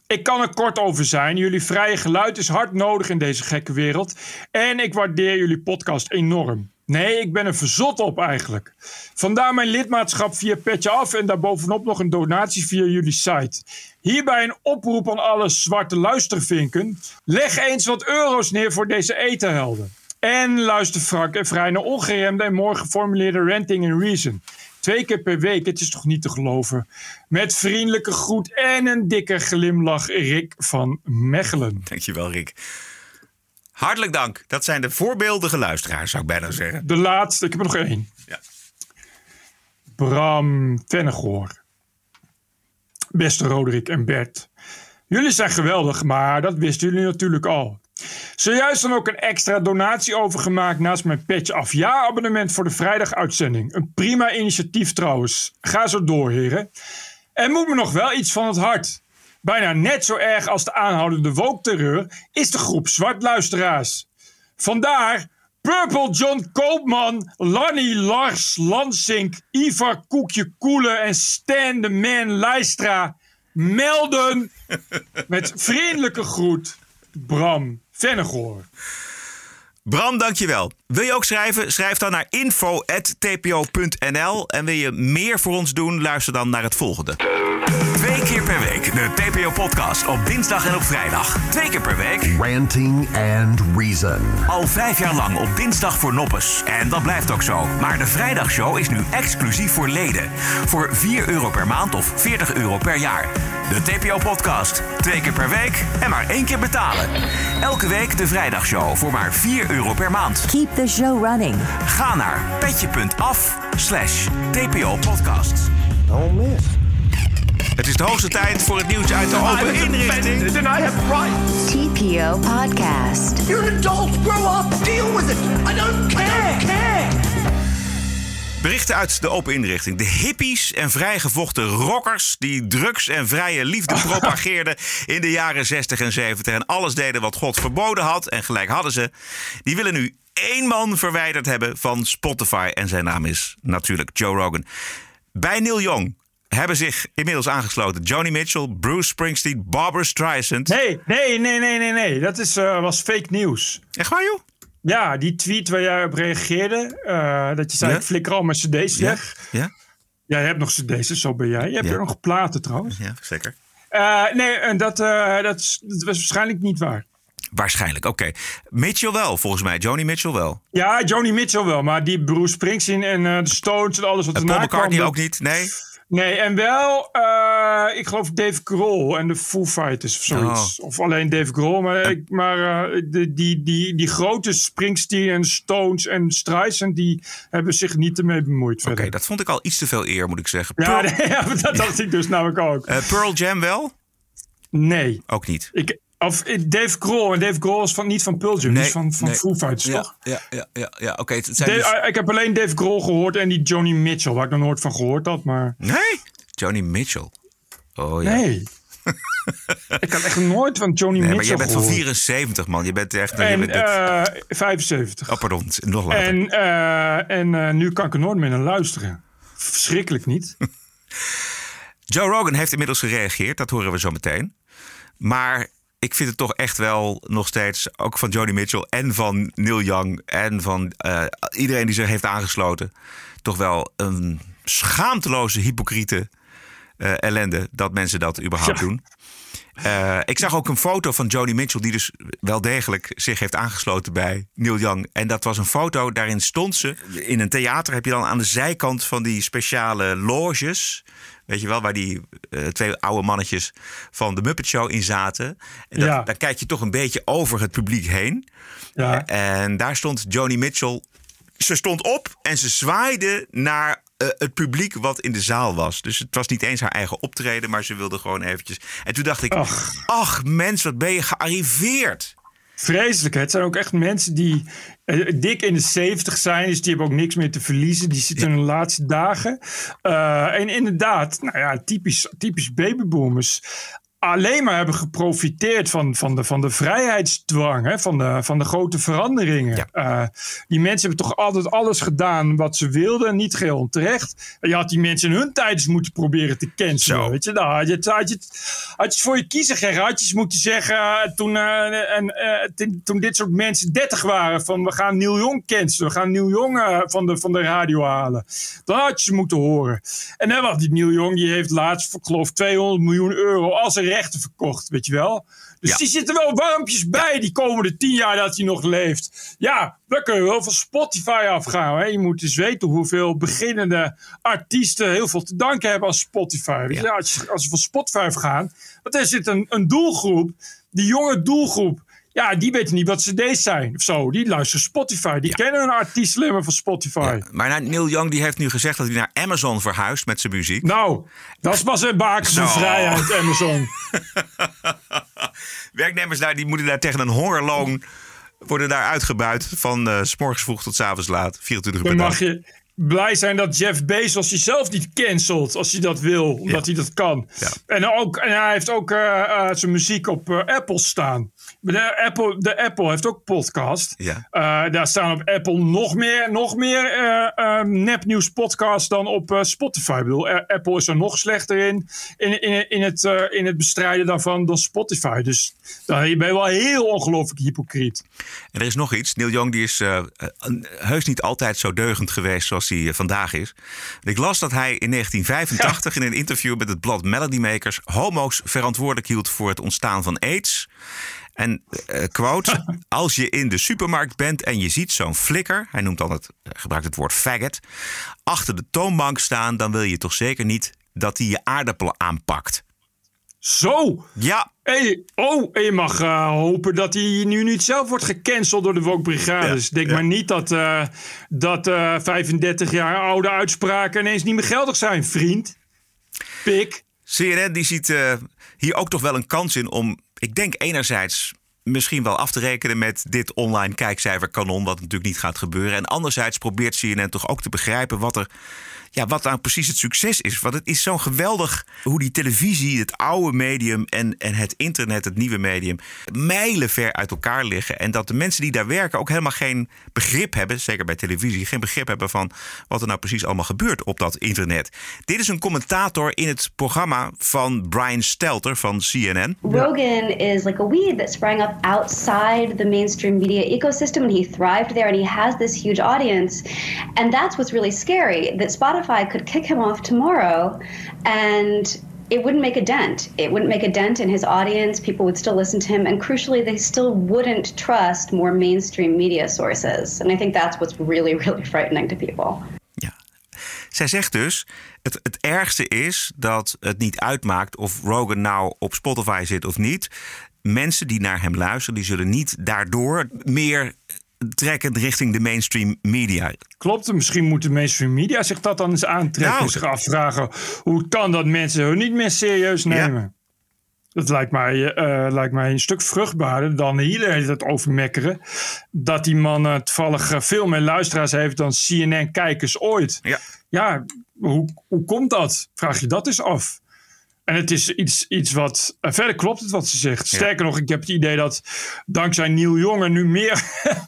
Ik kan er kort over zijn. Jullie vrije geluid is hard nodig in deze gekke wereld. En ik waardeer jullie podcast enorm. Nee, ik ben er verzot op eigenlijk. Vandaar mijn lidmaatschap via Petje Af en daarbovenop nog een donatie via jullie site. Hierbij een oproep aan alle zwarte luistervinken. Leg eens wat euro's neer voor deze etenhelden. En luister Frank en Vrij naar ongeremde en mooi geformuleerde Ranting and Reason. 2 keer per week, het is toch niet te geloven. Met vriendelijke groet en een dikke glimlach, Rick van Mechelen. Dankjewel, Rick. Hartelijk dank. Dat zijn de voorbeeldige luisteraars, zou ik bijna zeggen. De laatste, ik heb er nog 1. Ja. Bram Vennegoor. Beste Roderick en Bert. Jullie zijn geweldig, maar dat wisten jullie natuurlijk al. Zojuist dan ook een extra donatie overgemaakt naast mijn Petje Af ja-abonnement voor de vrijdaguitzending. Een prima initiatief trouwens. Ga zo door, heren. En moet me nog wel iets van het hart. Bijna net zo erg als de aanhoudende woke-terreur is de groep zwartluisteraars. Vandaar Purple John Koopman, Lanny Lars Lansink, Ivar Koekje Koelen en Stan de Man Lijstra melden met vriendelijke groet Bram Vennegoor. Bram, dankjewel. Wil je ook schrijven? Schrijf dan naar info@tpo.nl. En wil je meer voor ons doen? Luister dan naar het volgende. 2 keer per week de TPO-podcast op dinsdag en op vrijdag. 2 keer per week. Ranting and Reason. Al 5 jaar lang op dinsdag voor noppes. En dat blijft ook zo. Maar de vrijdagshow is nu exclusief voor leden. Voor €4 per maand of €40 per jaar. De TPO-podcast. 2 keer per week en maar 1 keer betalen. Elke week de vrijdagshow voor maar €4 per maand. Keep the show running. Ga naar petje.af/TPO-podcast. Oh, miss. Het is de hoogste tijd voor het nieuws uit de open inrichting. TPO Podcast. You're an adult. Grow up. Deal with it. I don't care. Berichten uit de open inrichting. De hippies en vrijgevochten rockers die drugs en vrije liefde propageerden in de jaren 60 en 70 en alles deden wat God verboden had, en gelijk hadden ze, die willen nu 1 man verwijderd hebben van Spotify en zijn naam is natuurlijk Joe Rogan. Bij Neil Young hebben zich inmiddels aangesloten Joni Mitchell, Bruce Springsteen, Barbra Streisand. Nee. Dat was fake nieuws. Echt waar, joh? Ja, die tweet waar jij op reageerde. Dat je zei, ik flikker al mijn cd's weg. Ja? Jij hebt nog cd's, dus zo ben jij. Je hebt er nog platen trouwens. Ja, zeker. Dat was waarschijnlijk niet waar. Waarschijnlijk, oké. Mitchell wel, volgens mij. Joni Mitchell wel. Ja, Joni Mitchell wel. Maar die Bruce Springsteen en de Stones en alles wat erna kwam. Paul McCartney ook niet, nee? Nee, en wel, ik geloof Dave Grohl en de Foo Fighters of zoiets. Of alleen Dave Grohl, maar die grote Springsteen en Stones en Streisand, die hebben zich niet ermee bemoeid verder. Oké, dat vond ik al iets te veel eer, moet ik zeggen. Ja, dat dacht ik dus namelijk ook. Pearl Jam wel? Nee. Ook niet? Of Dave Grohl. En Dave Grohl is niet van Pearl Jam. Nee, van Foo Fighters, toch? Ja. Oké. Ik heb alleen Dave Grohl gehoord en die Joni Mitchell, waar ik nog nooit van gehoord had. Maar... Nee? Joni Mitchell? Oh ja. Nee. Ik had echt nooit van Joni Mitchell maar jij bent gehoord. van 74, man. Je bent echt... 75. Oh, pardon. Nog later. En nu kan ik er nooit meer naar luisteren. Verschrikkelijk niet. Joe Rogan heeft inmiddels gereageerd. Dat horen we zo meteen. Maar... ik vind het toch echt wel nog steeds, ook van Joni Mitchell en van Neil Young en van iedereen die zich heeft aangesloten, toch wel een schaamteloze, hypocriete ellende dat mensen dat überhaupt doen. Ik zag ook een foto van Joni Mitchell die dus wel degelijk zich heeft aangesloten bij Neil Young. En dat was een foto, daarin stond ze in een theater. Heb je dan aan de zijkant van die speciale loges, weet je wel, waar die 2 oude mannetjes van de Muppet Show in zaten. En daar kijk je toch een beetje over het publiek heen. Ja. En daar stond Joni Mitchell. Ze stond op en ze zwaaide naar het publiek wat in de zaal was. Dus het was niet eens haar eigen optreden, maar ze wilde gewoon eventjes. En toen dacht ik, ach mens, wat ben je gearriveerd. Vreselijk. Het zijn ook echt mensen die dik in de 70 zijn. Dus die hebben ook niks meer te verliezen. Die zitten in de laatste dagen. En inderdaad, typisch babyboomers. alleen maar hebben geprofiteerd van de vrijheidsdwang, hè, van de grote veranderingen. Ja. Die mensen hebben toch altijd alles gedaan wat ze wilden, niet geheel onterecht. En je had die mensen in hun tijd moeten proberen te cancelen. Weet je? Nou, had je het voor je kiezen gekregen, had je moeten zeggen toen dit soort mensen 30 waren, van we gaan Neil Young cancelen, we gaan Neil Young van de radio halen. Dan had je ze moeten horen. En dan had die Neil Young, die heeft laatst, ik geloof, €200 miljoen als zijn rechten verkocht, weet je wel. Dus die zitten wel warmpjes bij die komende 10 jaar dat hij nog leeft. Ja, dan kun je wel van Spotify afgaan. Hè? Je moet eens weten hoeveel beginnende artiesten heel veel te danken hebben aan Spotify. Weet je? Als ze van Spotify afgaan, want er zit een doelgroep, die jonge doelgroep. Ja, die weten niet wat cd's zijn of zo. Die luisteren Spotify. Die kennen een artiest alleen maar van Spotify. Ja, maar Neil Young die heeft nu gezegd dat hij naar Amazon verhuist met zijn muziek. Nou, dat is pas een baken van vrijheid, Amazon. Werknemers daar, die moeten daar tegen een hongerloon worden daar uitgebuit. Van 's morgens vroeg tot 's avonds laat. 24 uur per dag. Mag je blij zijn dat Jeff Bezos zichzelf niet cancelt als hij dat wil, omdat hij dat kan. Ja. En hij heeft ook zijn muziek op Apple staan. De Apple heeft ook podcast. Ja. Daar staan op Apple nog meer nepnieuws podcasts dan op Spotify. Ik bedoel, Apple is er nog slechter in het bestrijden daarvan dan Spotify. Dus dan ben je wel heel ongelooflijk hypocriet. En er is nog iets. Neil Young die is heus niet altijd zo deugend geweest zoals hij vandaag is. Ik las dat hij in 1985 in een interview met het blad Melody Makers homo's verantwoordelijk hield voor het ontstaan van AIDS. En quote, als je in de supermarkt bent en je ziet zo'n flikker, hij gebruikt het woord faggot, achter de toonbank staan, dan wil je toch zeker niet dat hij je aardappelen aanpakt. Zo? Ja. En je mag hopen dat hij nu niet zelf wordt gecanceld door de Woke Brigades. Denk maar niet dat 35 jaar oude uitspraken ineens niet meer geldig zijn, vriend. Pik. CNN die ziet hier ook toch wel een kans in om, ik denk enerzijds misschien wel af te rekenen met dit online kijkcijferkanon, wat natuurlijk niet gaat gebeuren. En anderzijds probeert CNN toch ook te begrijpen wat nou precies het succes is. Want het is zo geweldig hoe die televisie, het oude medium en het internet, het nieuwe medium, mijlenver uit elkaar liggen. En dat de mensen die daar werken ook helemaal geen begrip hebben, zeker bij televisie, geen begrip hebben van wat er nou precies allemaal gebeurt op dat internet. Dit is een commentator in het programma van Brian Stelter van CNN. Rogan is like a weed that sprang up outside the mainstream media ecosystem, and he thrived there, and he has this huge audience. And that's what's really scary, that Spotify could kick him off tomorrow and it wouldn't make a dent. It wouldn't make a dent in his audience. People would still listen to him. And crucially, they still wouldn't trust more mainstream media sources. And I think that's what's really, really frightening to people. Ja. Zij zegt dus, het ergste is dat het niet uitmaakt of Rogan nou op Spotify zit of niet. Mensen die naar hem luisteren, die zullen niet daardoor meer trekken richting de mainstream media. Klopt, misschien moet de mainstream media zich dat dan eens aantrekken. En zich afvragen, hoe kan dat mensen hun niet meer serieus nemen? Ja. Dat lijkt mij een stuk vruchtbaarder dan hier het over mekkeren. Dat die man toevallig veel meer luisteraars heeft dan CNN-kijkers ooit. Ja, hoe komt dat? Vraag je dat eens af. En het is iets wat... verder klopt het wat ze zegt. Sterker nog, ik heb het idee dat dankzij Neil Young nu meer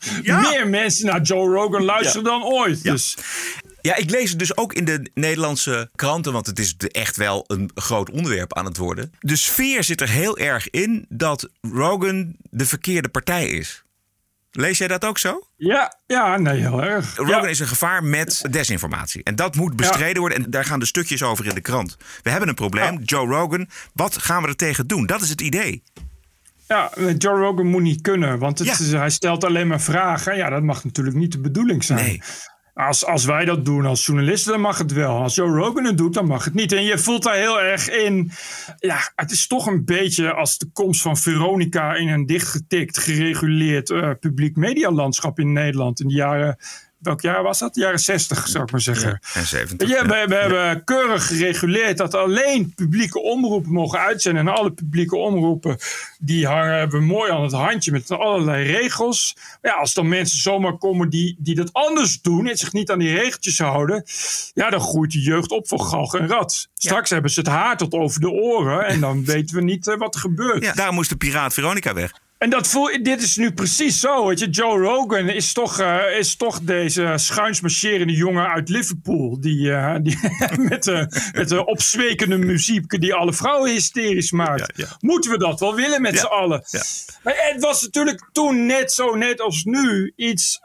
mensen naar Joe Rogan luisteren dan ooit. Ja. Dus. Ja, ik lees het dus ook in de Nederlandse kranten, want het is echt wel een groot onderwerp aan het worden. De sfeer zit er heel erg in dat Rogan de verkeerde partij is. Lees jij dat ook zo? Ja, nee, heel erg. Rogan is een gevaar met desinformatie. En dat moet bestreden worden. En daar gaan de stukjes over in de krant. We hebben een probleem. Joe Rogan, wat gaan we er tegen doen? Dat is het idee. Ja, Joe Rogan moet niet kunnen. Want hij stelt alleen maar vragen. Ja, dat mag natuurlijk niet de bedoeling zijn. Nee. Als wij dat doen als journalisten, dan mag het wel. Als Joe Rogan het doet, dan mag het niet. En je voelt daar heel erg in. Ja, het is toch een beetje als de komst van Veronica in een dichtgetikt, gereguleerd publiek medialandschap in Nederland in de jaren welk jaar was dat? Jaren 60, zou ik maar zeggen. Ja, en 70. We hebben keurig gereguleerd dat alleen publieke omroepen mogen uitzenden. En alle publieke omroepen die hebben mooi aan het handje met allerlei regels. Maar ja, als dan mensen zomaar komen die dat anders doen en zich niet aan die regeltjes houden, ja, dan groeit de jeugd op voor galg en rat. Straks hebben ze het haar tot over de oren en dan weten we niet wat er gebeurt. Ja, daarom moest de piraat Veronica weg. En dit is nu precies zo. Weet je, Joe Rogan is toch deze schuinsmarcherende jongen uit Liverpool. Die met de opzwekende muziek die alle vrouwen hysterisch maakt. Ja. Moeten we dat wel willen met z'n allen? Ja. Maar het was natuurlijk toen net als nu iets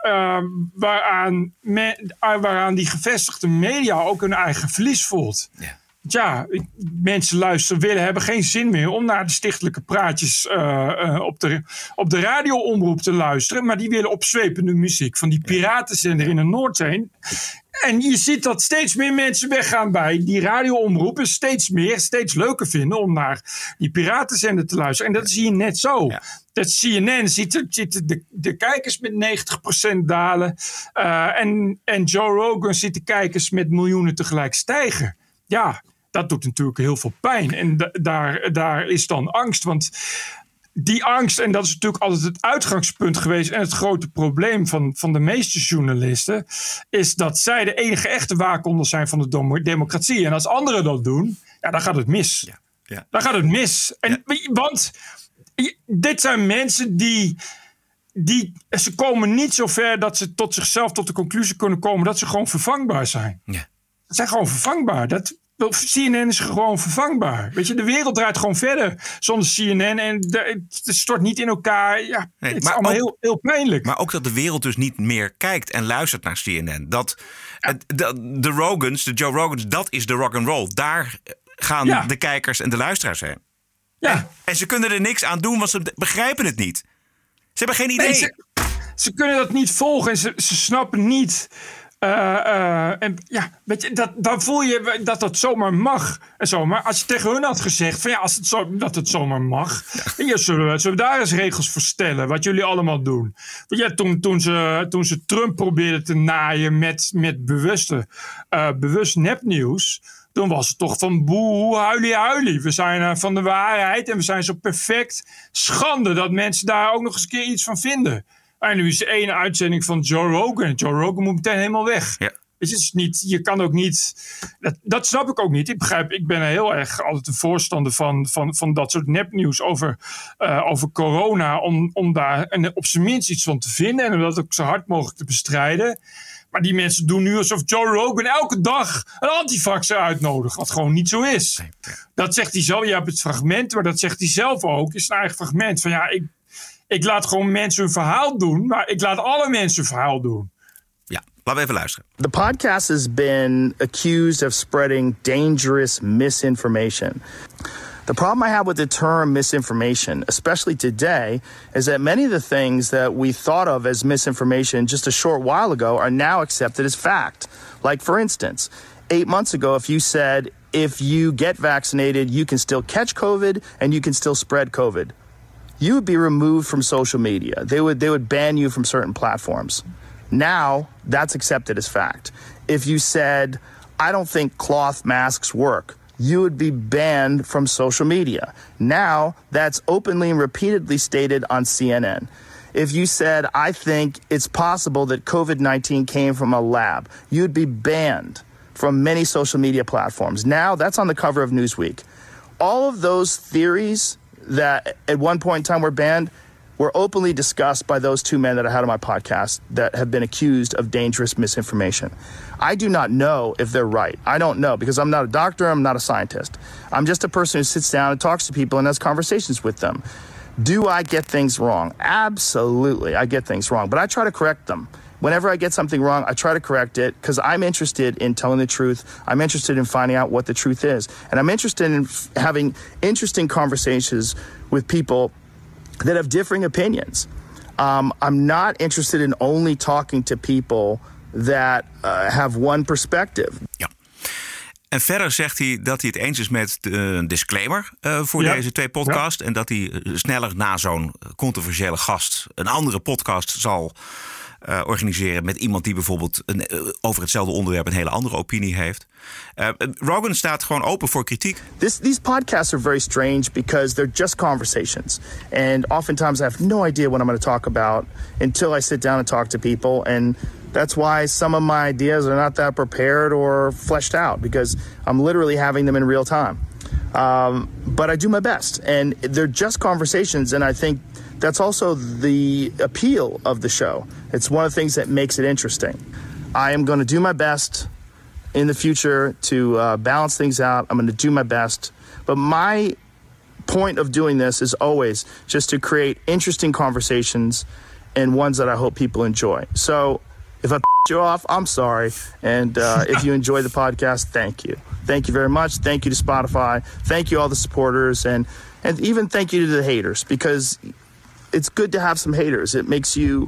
waaraan die gevestigde media ook hun eigen verlies voelt. Ja. Ja, mensen hebben geen zin meer om naar de stichtelijke praatjes op de radioomroep te luisteren. Maar die willen opzwepende muziek van die piratenzender in de Noordzee. En je ziet dat steeds meer mensen weggaan bij die radioomroepen. Steeds leuker vinden om naar die piratenzender te luisteren. En dat zie je net zo. Ja. Dat CNN ziet de kijkers met 90% dalen. En Joe Rogan ziet de kijkers met miljoenen tegelijk stijgen. Ja, dat doet natuurlijk heel veel pijn. En daar is dan angst. Want die angst, en dat is natuurlijk altijd het uitgangspunt geweest en het grote probleem van de meeste journalisten, is dat zij de enige echte waakhonderd zijn van de democratie. En als anderen dat doen, ja, dan gaat het mis. Ja. Dan gaat het mis. Want dit zijn mensen ze komen niet zo ver dat ze tot zichzelf tot de conclusie kunnen komen dat ze gewoon vervangbaar zijn. Ja. Ze zijn gewoon vervangbaar. CNN is gewoon vervangbaar. Weet je, de wereld draait gewoon verder zonder CNN en het stort niet in elkaar. Ja, het is allemaal heel, heel pijnlijk. Maar ook dat de wereld dus niet meer kijkt en luistert naar CNN. De Rogans, de Joe Rogans, dat is de rock and roll. Daar gaan de kijkers en de luisteraars heen. Ja. En ze kunnen er niks aan doen, want ze begrijpen het niet. Ze hebben geen idee. Nee, ze kunnen dat niet volgen en ze snappen niet. En ja, weet je, dan voel je dat zomaar mag. En zo. Maar als je tegen hun had gezegd van ja, dat het zomaar mag. Ja. Zullen we daar eens regels voor stellen, wat jullie allemaal doen. Want ja, toen ze Trump probeerden te naaien met bewust nepnieuws, toen was het toch van boe, huilie. We zijn van de waarheid en we zijn zo perfect. Schande dat mensen daar ook nog eens een keer iets van vinden. En nu is er één uitzending van Joe Rogan. Joe Rogan moet meteen helemaal weg. Ja. Het is niet, je kan ook niet. Dat snap ik ook niet. Ik ben heel erg altijd een voorstander van dat soort nepnieuws over corona. Om daar op zijn minst iets van te vinden. En om dat ook zo hard mogelijk te bestrijden. Maar die mensen doen nu alsof Joe Rogan elke dag een antivaxer uitnodigt. Wat gewoon niet zo is. Nee, ja. Dat zegt hij zelf. Je hebt het fragment, maar dat zegt hij zelf ook. Is een eigen fragment van ja, ik laat gewoon mensen hun verhaal doen, maar ik laat alle mensen hun verhaal doen. Ja, laten we even luisteren. The podcast has been accused of spreading dangerous misinformation. The problem I have with the term misinformation, especially today, is that many of the things that we thought of as misinformation just a short while ago are now accepted as fact. Like, for instance, 8 months ago, if you said, if you get vaccinated, you can still catch COVID and you can still spread COVID, you would be removed from social media. They would ban you from certain platforms. Now, that's accepted as fact. If you said, I don't think cloth masks work, you would be banned from social media. Now, that's openly and repeatedly stated on CNN. If you said, I think it's possible that COVID-19 came from a lab, you'd be banned from many social media platforms. Now, that's on the cover of Newsweek. All of those theories that at one point in time were banned were openly discussed by those two men that I had on my podcast that have been accused of dangerous misinformation. I do not know if they're right. I don't know because I'm not a doctor, I'm not a scientist. I'm just a person who sits down and talks to people and has conversations with them. Do I get things wrong? Absolutely, I get things wrong, but I try to correct them. Whenever I get something wrong, I try to correct it because I'm interested in telling the truth. I'm interested in finding out what the truth is. And I'm interested in having interesting conversations with people that have differing opinions. I'm not interested in only talking to people that have one perspective. Ja. En verder zegt hij dat hij het eens is met de disclaimer voor deze twee podcasts. Ja. En dat hij sneller na zo'n controversiële gast een andere podcast zal organiseren met iemand die bijvoorbeeld over hetzelfde onderwerp een hele andere opinie heeft. Rogan staat gewoon open voor kritiek. These podcasts are very strange because they're just conversations. And oftentimes I have no idea what I'm going to talk about until I sit down and talk to people. And that's why some of my ideas are not that prepared or fleshed out, because I'm literally having them in real time. But I do my best. And they're just conversations, and I think that's also the appeal of the show. It's one of the things that makes it interesting. I am going to do my best in the future to balance things out. I'm going to do my best. But my point of doing this is always just to create interesting conversations and ones that I hope people enjoy. So if I you off, I'm sorry. And if you enjoy the podcast, thank you. Thank you very much. Thank you to Spotify. Thank you all the supporters. And even thank you to the haters, because it's good to have some haters. It makes you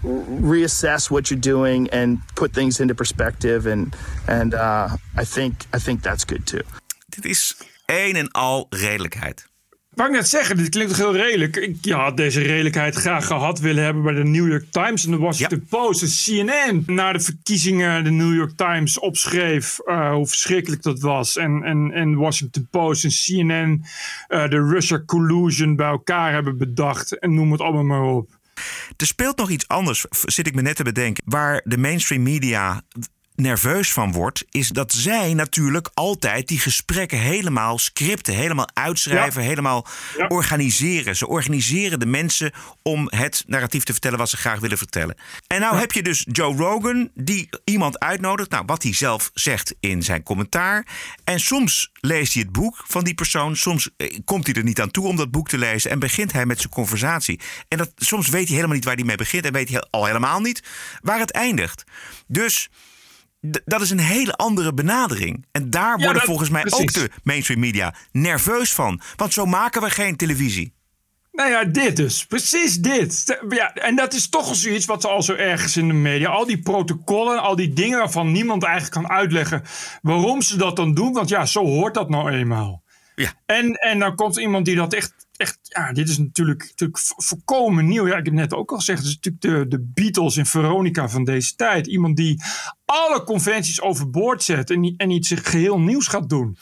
reassess what you're doing and put things into perspective. And I think that's good too. Dit is een en al redelijkheid. Wou ik net zeggen, dit klinkt toch heel redelijk. Ik had deze redelijkheid graag gehad willen hebben bij de New York Times en de Washington Post. En CNN na de verkiezingen de New York Times opschreef hoe verschrikkelijk dat was. En Washington Post en CNN de Russia collusion bij elkaar hebben bedacht. En noem het allemaal maar op. Er speelt nog iets anders, zit ik me net te bedenken. Waar de mainstream media nerveus van wordt, is dat zij natuurlijk altijd die gesprekken helemaal scripten, helemaal uitschrijven, helemaal organiseren. Ze organiseren de mensen om het narratief te vertellen wat ze graag willen vertellen. En nou heb je dus Joe Rogan die iemand uitnodigt, nou wat hij zelf zegt in zijn commentaar. En soms leest hij het boek van die persoon, soms komt hij er niet aan toe om dat boek te lezen en begint hij met zijn conversatie. En soms weet hij helemaal niet waar hij mee begint en weet hij al helemaal niet waar het eindigt. Dus dat is een hele andere benadering. En daar worden volgens mij ook de mainstream media nerveus van. Want zo maken we geen televisie. Nou ja, dit dus. Precies dit. Ja, en dat is toch zoiets wat al zo ergens in de media. Al die protocollen, al die dingen waarvan niemand eigenlijk kan uitleggen waarom ze dat dan doen. Want ja, zo hoort dat nou eenmaal. Ja. En dan komt iemand die dat echt dit is natuurlijk volkomen nieuw. Ja, ik heb net ook al gezegd, het is natuurlijk de Beatles in Veronica van deze tijd. Iemand die alle conventies overboord zet en iets geheel nieuws gaat doen.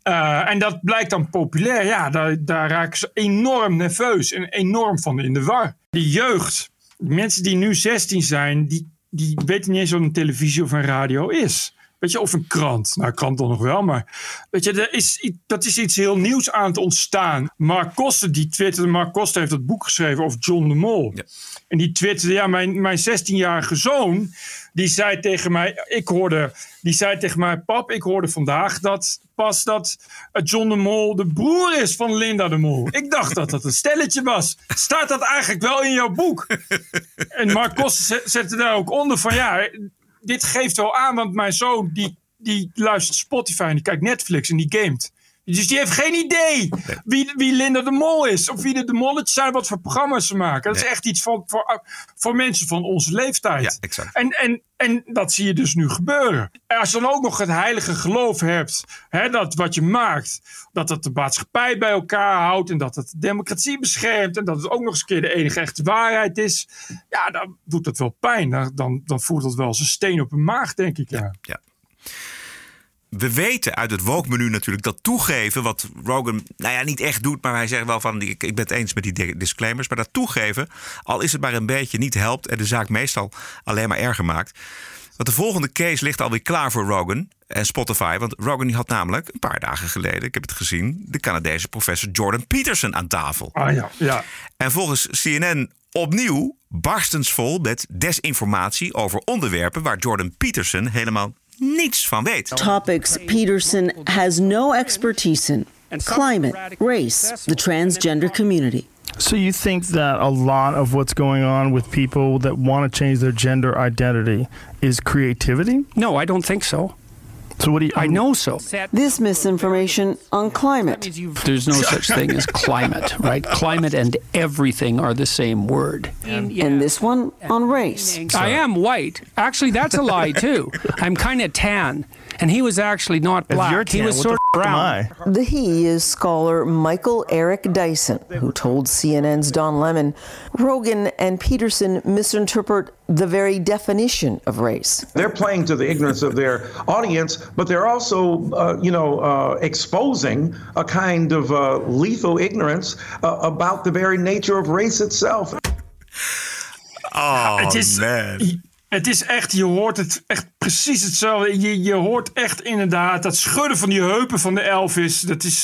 En dat blijkt dan populair. Ja, daar raken ze enorm nerveus en enorm van in de war. Die jeugd, mensen die nu 16 zijn, die weten niet eens wat een televisie of een radio is. Weet je, of een krant. Nou, krant dan nog wel, maar weet je, dat is iets heel nieuws aan het ontstaan. Mark Koster, die twitterde, Mark Koster heeft dat boek geschreven over John de Mol. Ja. En die twitterde, ja, mijn 16-jarige zoon, die zei tegen mij, pap, ik hoorde vandaag dat John de Mol de broer is van Linda de Mol. Ik dacht dat dat een stelletje was. Staat dat eigenlijk wel in jouw boek? En Mark Koster zette daar ook onder van, ja, dit geeft wel aan, want mijn zoon die luistert Spotify en die kijkt Netflix en die gamet. Dus die heeft geen idee wie Linda de Mol is. Of wie de molletjes zijn, wat voor programma's ze maken. Dat is echt iets voor mensen van onze leeftijd. Ja, exact. En dat zie je dus nu gebeuren. En als je dan ook nog het heilige geloof hebt, dat wat je maakt, dat het de maatschappij bij elkaar houdt en dat het de democratie beschermt en dat het ook nog eens een keer de enige echte waarheid is. Ja, dan doet dat wel pijn. Dan voelt dat wel als een steen op een maag, denk ik. Ja. We weten uit het woke-menu natuurlijk dat toegeven, wat Rogan niet echt doet, maar hij zegt wel van, ik ben het eens met die disclaimers, maar dat toegeven, al is het maar een beetje, niet helpt en de zaak meestal alleen maar erger maakt. Want de volgende case ligt alweer klaar voor Rogan en Spotify, want Rogan had namelijk een paar dagen geleden, ik heb het gezien, de Canadese professor Jordan Peterson aan tafel. Ja. En volgens CNN opnieuw barstensvol met desinformatie over onderwerpen waar Jordan Peterson helemaal niets van weet. Topics Peterson has no expertise in. Climate, race, the transgender community. So you think that a lot of what's going on with people that want to change their gender identity is creativity? No, I don't think so. So what do you... I know so. This misinformation on climate. There's no such thing as climate, right? Climate and everything are the same word. And this one on race. I am white. Actually, that's a lie too. I'm kind of tan. And he was actually not black. He was sort of brown. The he is scholar Michael Eric Dyson, who told CNN's Don Lemon Rogan and Peterson misinterpret the very definition of race. They're playing to the ignorance of their audience, but they're also, exposing a kind of lethal ignorance about the very nature of race itself. Oh, man. Het is echt, je hoort het echt precies hetzelfde. Je hoort echt inderdaad dat schudden van die heupen van de Elvis.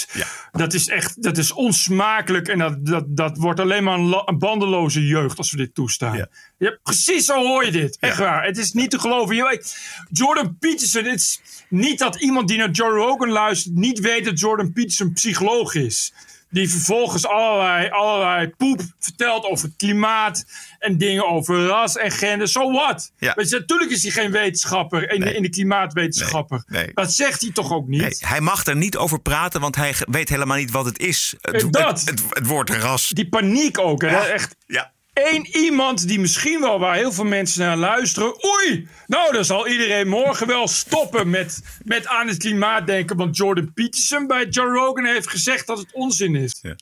Dat is onsmakelijk. En dat wordt alleen maar een bandeloze jeugd als we dit toestaan. Ja, precies zo hoor je dit. Echt waar. Het is niet te geloven. Jordan Peterson, het is niet dat iemand die naar Joe Rogan luistert niet weet dat Jordan Peterson psycholoog is. Die vervolgens allerlei poep vertelt over het klimaat en dingen over ras en gender. So what? Ja. Natuurlijk is hij geen wetenschapper, in de klimaatwetenschapper. Nee. Dat zegt hij toch ook niet? Nee, hij mag er niet over praten, want hij weet helemaal niet wat het is. Het woord ras. Die paniek ook. Hè? Ja. Echt. Ja. Eén iemand die misschien wel waar heel veel mensen naar luisteren. Oei, nou dan zal iedereen morgen wel stoppen met aan het klimaat denken. Want Jordan Peterson bij Joe Rogan heeft gezegd dat het onzin is. Ja.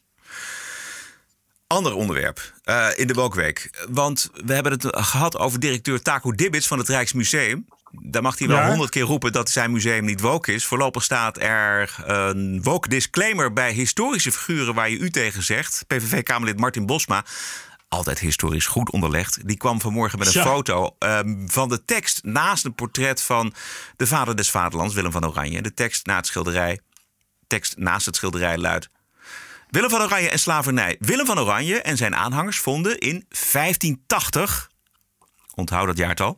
Ander onderwerp in de Woke-week. Want we hebben het gehad over directeur Taco Dibbits van het Rijksmuseum. Daar mag hij wel 100 keer roepen dat zijn museum niet woke is. Voorlopig staat er een woke disclaimer bij historische figuren waar je u tegen zegt. PVV-Kamerlid Martin Bosma, altijd historisch goed onderlegd. Die kwam vanmorgen met een foto van de tekst naast een portret van de vader des vaderlands, Willem van Oranje. De tekst naast het schilderij luidt: Willem van Oranje en slavernij. Willem van Oranje en zijn aanhangers vonden in 1580, onthoud dat jaartal,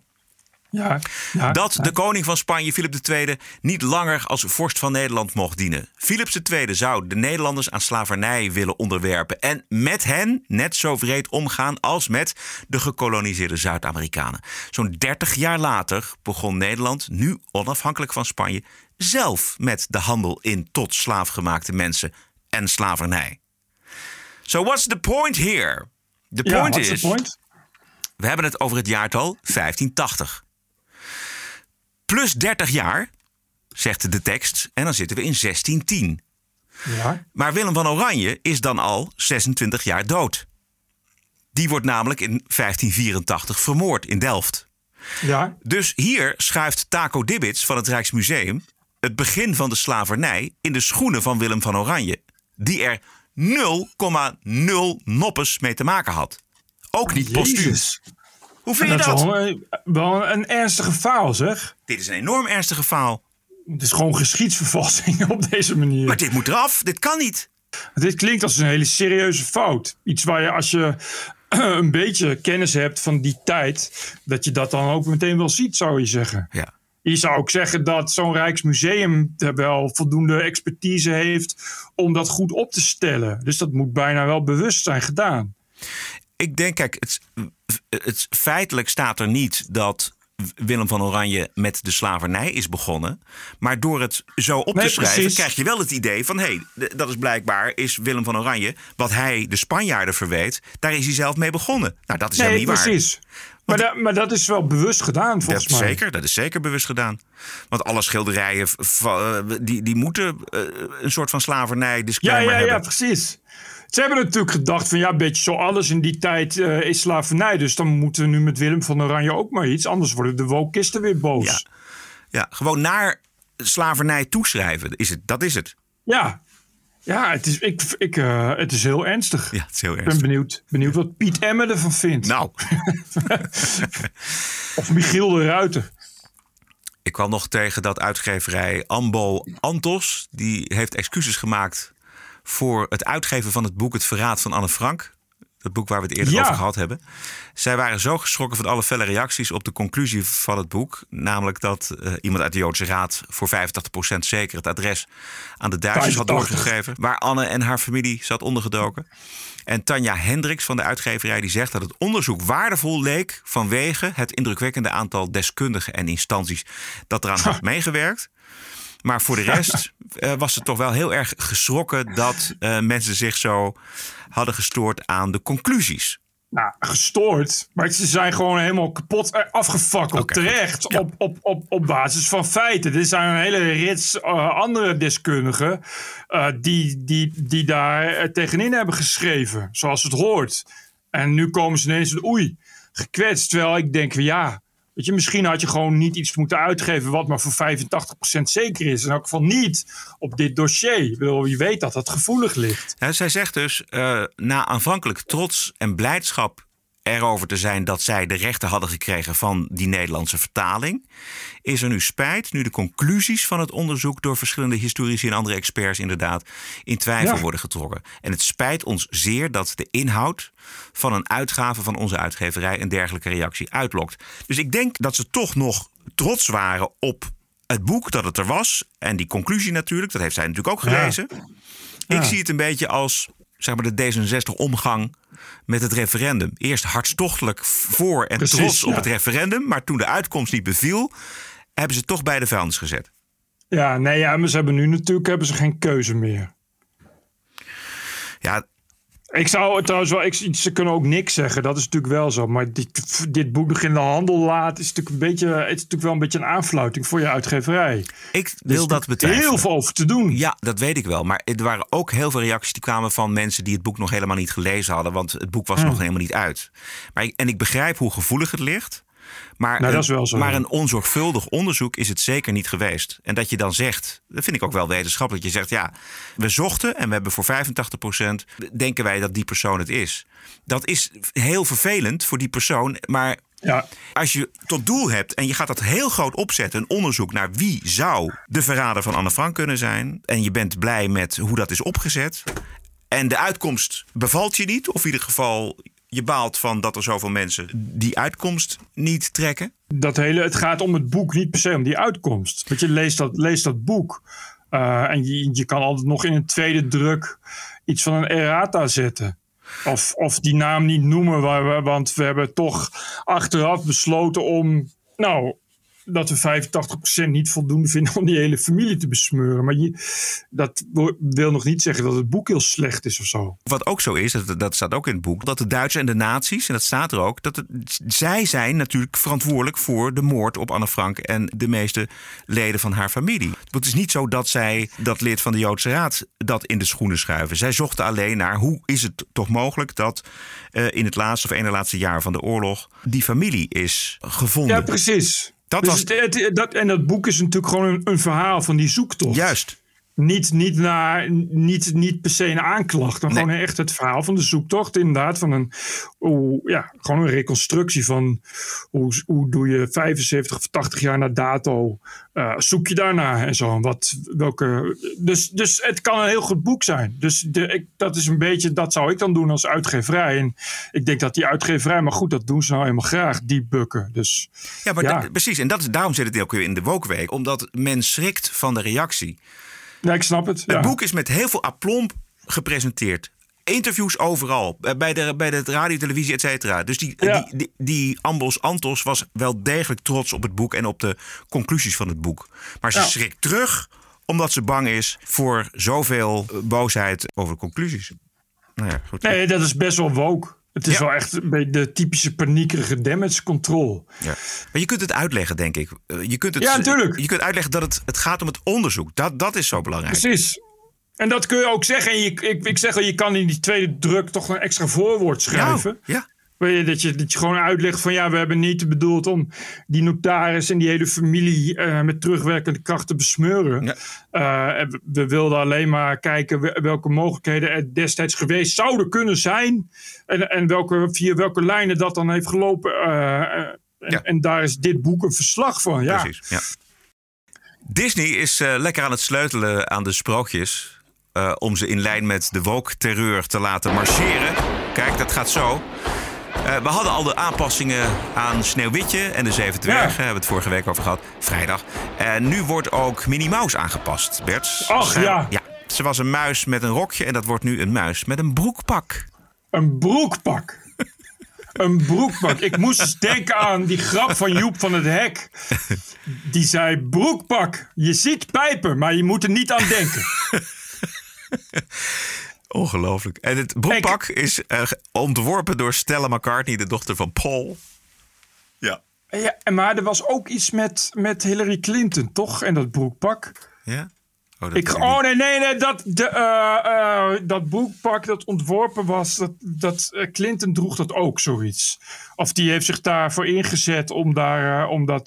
dat de koning van Spanje, Philip II, niet langer als vorst van Nederland mocht dienen. Philips II zou de Nederlanders aan slavernij willen onderwerpen en met hen net zo wreed omgaan als met de gekoloniseerde Zuid-Amerikanen. Zo'n 30 jaar later begon Nederland, nu onafhankelijk van Spanje, zelf met de handel in tot slaafgemaakte mensen en slavernij. So what's the point here? The point is, we hebben het over het jaartal 1580. Plus 30 jaar, zegt de tekst, en dan zitten we in 1610. Ja. Maar Willem van Oranje is dan al 26 jaar dood. Die wordt namelijk in 1584 vermoord in Delft. Ja. Dus hier schuift Taco Dibbits van het Rijksmuseum het begin van de slavernij in de schoenen van Willem van Oranje, die er 0,0 noppes mee te maken had. Ook niet postuum. Hoe vind je dat? Is wel een ernstige faal, zeg. Dit is een enorm ernstige faal. Het is gewoon geschiedsvervalsing op deze manier. Maar dit moet eraf. Dit kan niet. Dit klinkt als een hele serieuze fout. Iets waar je, als je een beetje kennis hebt van die tijd, dat je dat dan ook meteen wel ziet, zou je zeggen. Ja. Je zou ook zeggen dat zo'n Rijksmuseum wel voldoende expertise heeft om dat goed op te stellen. Dus dat moet bijna wel bewust zijn gedaan. Ik denk, kijk, het feitelijk staat er niet dat Willem van Oranje met de slavernij is begonnen. Maar door het zo op te schrijven krijg je wel het idee van, hé, dat is blijkbaar, is Willem van Oranje, wat hij de Spanjaarden verweet, daar is hij zelf mee begonnen. Nou, dat is helemaal niet waar. Precies. Maar dat is wel bewust gedaan, volgens mij. Zeker, dat is zeker bewust gedaan. Want alle schilderijen die moeten een soort van slavernij disclaimer hebben. Ja, precies. Ze hebben natuurlijk gedacht van een beetje zo alles in die tijd is slavernij. Dus dan moeten we nu met Willem van Oranje ook maar iets. Anders worden de wokisten weer boos. Ja, gewoon naar slavernij toeschrijven. Dat is het. Ja, het is heel ernstig. Ja, het is heel ernstig. Ik ben benieuwd wat Piet Emmer ervan vindt. Nou. Of Michiel de Ruiter. Ik kwam nog tegen dat uitgeverij Ambo Antos. Die heeft excuses gemaakt voor het uitgeven van het boek Het Verraad van Anne Frank. Dat boek waar we het eerder over gehad hebben. Zij waren zo geschrokken van alle felle reacties op de conclusie van het boek. Namelijk dat iemand uit de Joodse Raad voor 85% zeker het adres aan de Duitsers had doorgegeven. Waar Anne en haar familie zat ondergedoken. En Tanja Hendricks van de uitgeverij die zegt dat het onderzoek waardevol leek vanwege het indrukwekkende aantal deskundigen en instanties dat eraan had meegewerkt. Maar voor de rest was ze toch wel heel erg geschrokken dat mensen zich zo hadden gestoord aan de conclusies. gestoord. Maar ze zijn gewoon helemaal kapot afgefakkeld. Terecht. Ja. Op basis van feiten. Er zijn een hele rits andere deskundigen die daar tegenin hebben geschreven. Zoals het hoort. En nu komen ze ineens gekwetst. Terwijl ik denk, weet je, misschien had je gewoon niet iets moeten uitgeven wat maar voor 85% zeker is. In elk geval niet op dit dossier. Je weet dat dat gevoelig ligt. Ja, zij zegt dus, na aanvankelijk trots en blijdschap erover te zijn dat zij de rechten hadden gekregen van die Nederlandse vertaling, is er nu spijt, nu de conclusies van het onderzoek door verschillende historici en andere experts inderdaad in twijfel worden getrokken. En het spijt ons zeer dat de inhoud van een uitgave van onze uitgeverij een dergelijke reactie uitlokt. Dus ik denk dat ze toch nog trots waren op het boek, dat het er was. En die conclusie natuurlijk, dat heeft zij natuurlijk ook gelezen. Ja. Ik zie het een beetje als, zeg maar, de D66-omgang met het referendum. Eerst hartstochtelijk voor en trots op het referendum. Maar toen de uitkomst niet beviel, hebben ze het toch bij de vuilnis gezet. Ja, maar ze hebben nu natuurlijk geen keuze meer. Ja. Ik zou trouwens wel, ze kunnen ook niks zeggen, dat is natuurlijk wel zo. Maar dit boek nog in de handel laten is natuurlijk wel een beetje een aanfluiting voor je uitgeverij. Ik wil dat betwijfelen. Heel veel over te doen. Ja, dat weet ik wel. Maar er waren ook heel veel reacties die kwamen van mensen die het boek nog helemaal niet gelezen hadden. Want het boek was nog helemaal niet uit. En ik begrijp hoe gevoelig het ligt. Maar, dat is wel zo, maar een onzorgvuldig onderzoek is het zeker niet geweest. En dat je dan zegt, dat vind ik ook wel wetenschappelijk. Je zegt, we zochten en we hebben voor 85% denken wij dat die persoon het is. Dat is heel vervelend voor die persoon. Maar als je tot doel hebt en je gaat dat heel groot opzetten, een onderzoek naar wie zou de verrader van Anne Frank kunnen zijn, en je bent blij met hoe dat is opgezet, en de uitkomst bevalt je niet, of in ieder geval je baalt van dat er zoveel mensen die uitkomst niet trekken. Het gaat om het boek, niet per se om die uitkomst. Want je leest dat boek. En je kan altijd nog in een tweede druk iets van een errata zetten. Of die naam niet noemen. Want we hebben toch achteraf besloten om dat we 85% niet voldoende vinden om die hele familie te besmeuren. Maar dat wil nog niet zeggen dat het boek heel slecht is of zo. Wat ook zo is, dat staat ook in het boek, dat de Duitsers en de nazi's, en dat staat er ook, zij zijn natuurlijk verantwoordelijk voor de moord op Anne Frank en de meeste leden van haar familie. Het is niet zo dat zij, dat lid van de Joodse Raad, dat in de schoenen schuiven. Zij zochten alleen naar hoe is het toch mogelijk dat in het laatste of ene laatste jaar van de oorlog die familie is gevonden. Ja, precies. Dat boek is natuurlijk gewoon een verhaal van die zoektocht. Juist. Niet per se een aanklacht. Maar gewoon echt het verhaal van de zoektocht. Inderdaad, van gewoon een reconstructie van hoe doe je 75 of 80 jaar na dato. Zoek je daarna en zo. Dus het kan een heel goed boek zijn. Dus dat is een beetje, dat zou ik dan doen als uitgeverij. En ik denk dat die uitgeverij, maar goed, dat doen ze nou helemaal graag, debuggen. Dus, precies. En daarom zit het ook weer in de Woke-week. Omdat men schrikt van de reactie. Ja, ik snap het. Het boek is met heel veel aplomb gepresenteerd. Interviews overal. Bij de radio, televisie, et cetera. Dus die Ambos Antos was wel degelijk trots op het boek en op de conclusies van het boek. Maar ze schrikt terug omdat ze bang is voor zoveel boosheid over de conclusies. Goed. Nee, dat is best wel woke. Het is wel echt een beetje de typische paniekerige damage control. Ja. Maar je kunt het uitleggen, denk ik. Natuurlijk. Je kunt uitleggen dat het gaat om het onderzoek. Dat is zo belangrijk. Precies. En dat kun je ook zeggen. En ik zeg al, je kan in die tweede druk toch een extra voorwoord schrijven. Ja. Dat je gewoon uitlegt van we hebben niet bedoeld om die notaris en die hele familie met terugwerkende kracht te besmeuren. Ja. We wilden alleen maar kijken welke mogelijkheden er destijds geweest zouden kunnen zijn. En via welke lijnen dat dan heeft gelopen. En daar is dit boek een verslag van. Ja. Precies, ja. Disney is lekker aan het sleutelen aan de sprookjes. Om ze in lijn met de woke-terreur te laten marcheren. Kijk, dat gaat zo. We hadden al de aanpassingen aan Sneeuwwitje en de Zeven Dwergen. Hebben we het vorige week over gehad. Vrijdag. En nu wordt ook Minnie Mouse aangepast, Bert. Ach, ja. Ze was een muis met een rokje en dat wordt nu een muis met een broekpak. Een broekpak? Een broekpak. Ik moest eens denken aan die grap van Joep van het Hek. Die zei, broekpak, je ziet pijpen, maar je moet er niet aan denken. Ongelooflijk. En het broekpak is ontworpen door Stella McCartney, de dochter van Paul. Ja. Ja, maar er was ook iets met Hillary Clinton, toch? En dat broekpak. Ja? Dat broekpak dat ontworpen was, Clinton droeg dat ook, zoiets. Of die heeft zich daarvoor ingezet om dat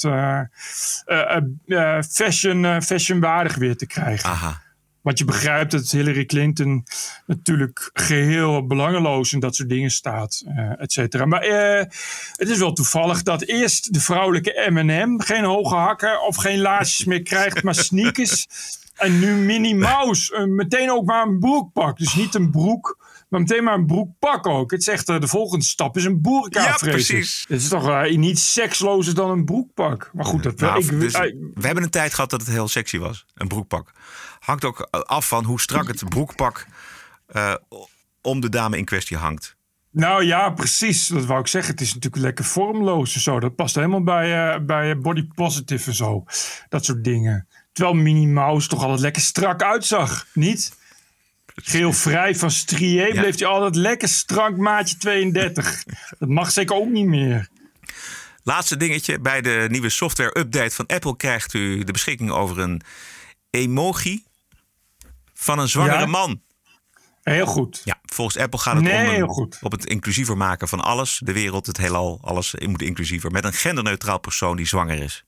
fashionwaardig weer te krijgen. Aha. Want je begrijpt dat Hillary Clinton natuurlijk geheel belangeloos in dat soort dingen staat, et cetera. Maar het is wel toevallig dat eerst de vrouwelijke M&M geen hoge hakken of geen laarsjes meer krijgt, maar sneakers. En nu Minnie Mouse meteen ook maar een broekpak. Dus niet een broek, maar meteen maar een broekpak ook. Het is echt de volgende stap is een boerka. Ja, precies. Het is toch niet sekslozer dan een broekpak. Maar goed, we hebben een tijd gehad dat het heel sexy was. Een broekpak. Hangt ook af van hoe strak het broekpak om de dame in kwestie hangt. Nou ja, precies. Dat wou ik zeggen. Het is natuurlijk lekker vormloos en zo. Dat past helemaal bij body positive en zo. Dat soort dingen. Terwijl Minnie Mouse toch altijd lekker strak uitzag, niet? Geel vrij van strié bleef hij altijd lekker strak maatje 32. Dat mag zeker ook niet meer. Laatste dingetje. Bij de nieuwe software-update van Apple krijgt u de beschikking over een emoji van een zwangere man. Heel goed. Ja, volgens Apple gaat het op het inclusiever maken van alles. De wereld, het heelal, alles moet inclusiever. Met een genderneutraal persoon die zwanger is.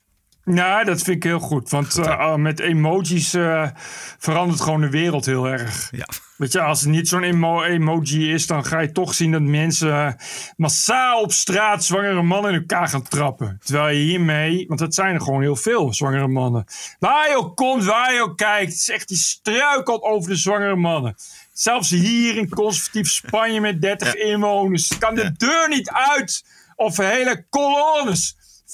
Nou, dat vind ik heel goed. Want met emojis verandert gewoon de wereld heel erg. Ja. Weet je, als het niet zo'n emoji is, dan ga je toch zien dat mensen massaal op straat zwangere mannen in elkaar gaan trappen. Terwijl je hiermee, want dat zijn er gewoon heel veel, zwangere mannen. Waar je ook komt, waar je ook kijkt, het is echt, die struikelt over de zwangere mannen. Zelfs hier in conservatief Spanje met 30 inwoners kan de deur niet uit of hele kolonnes.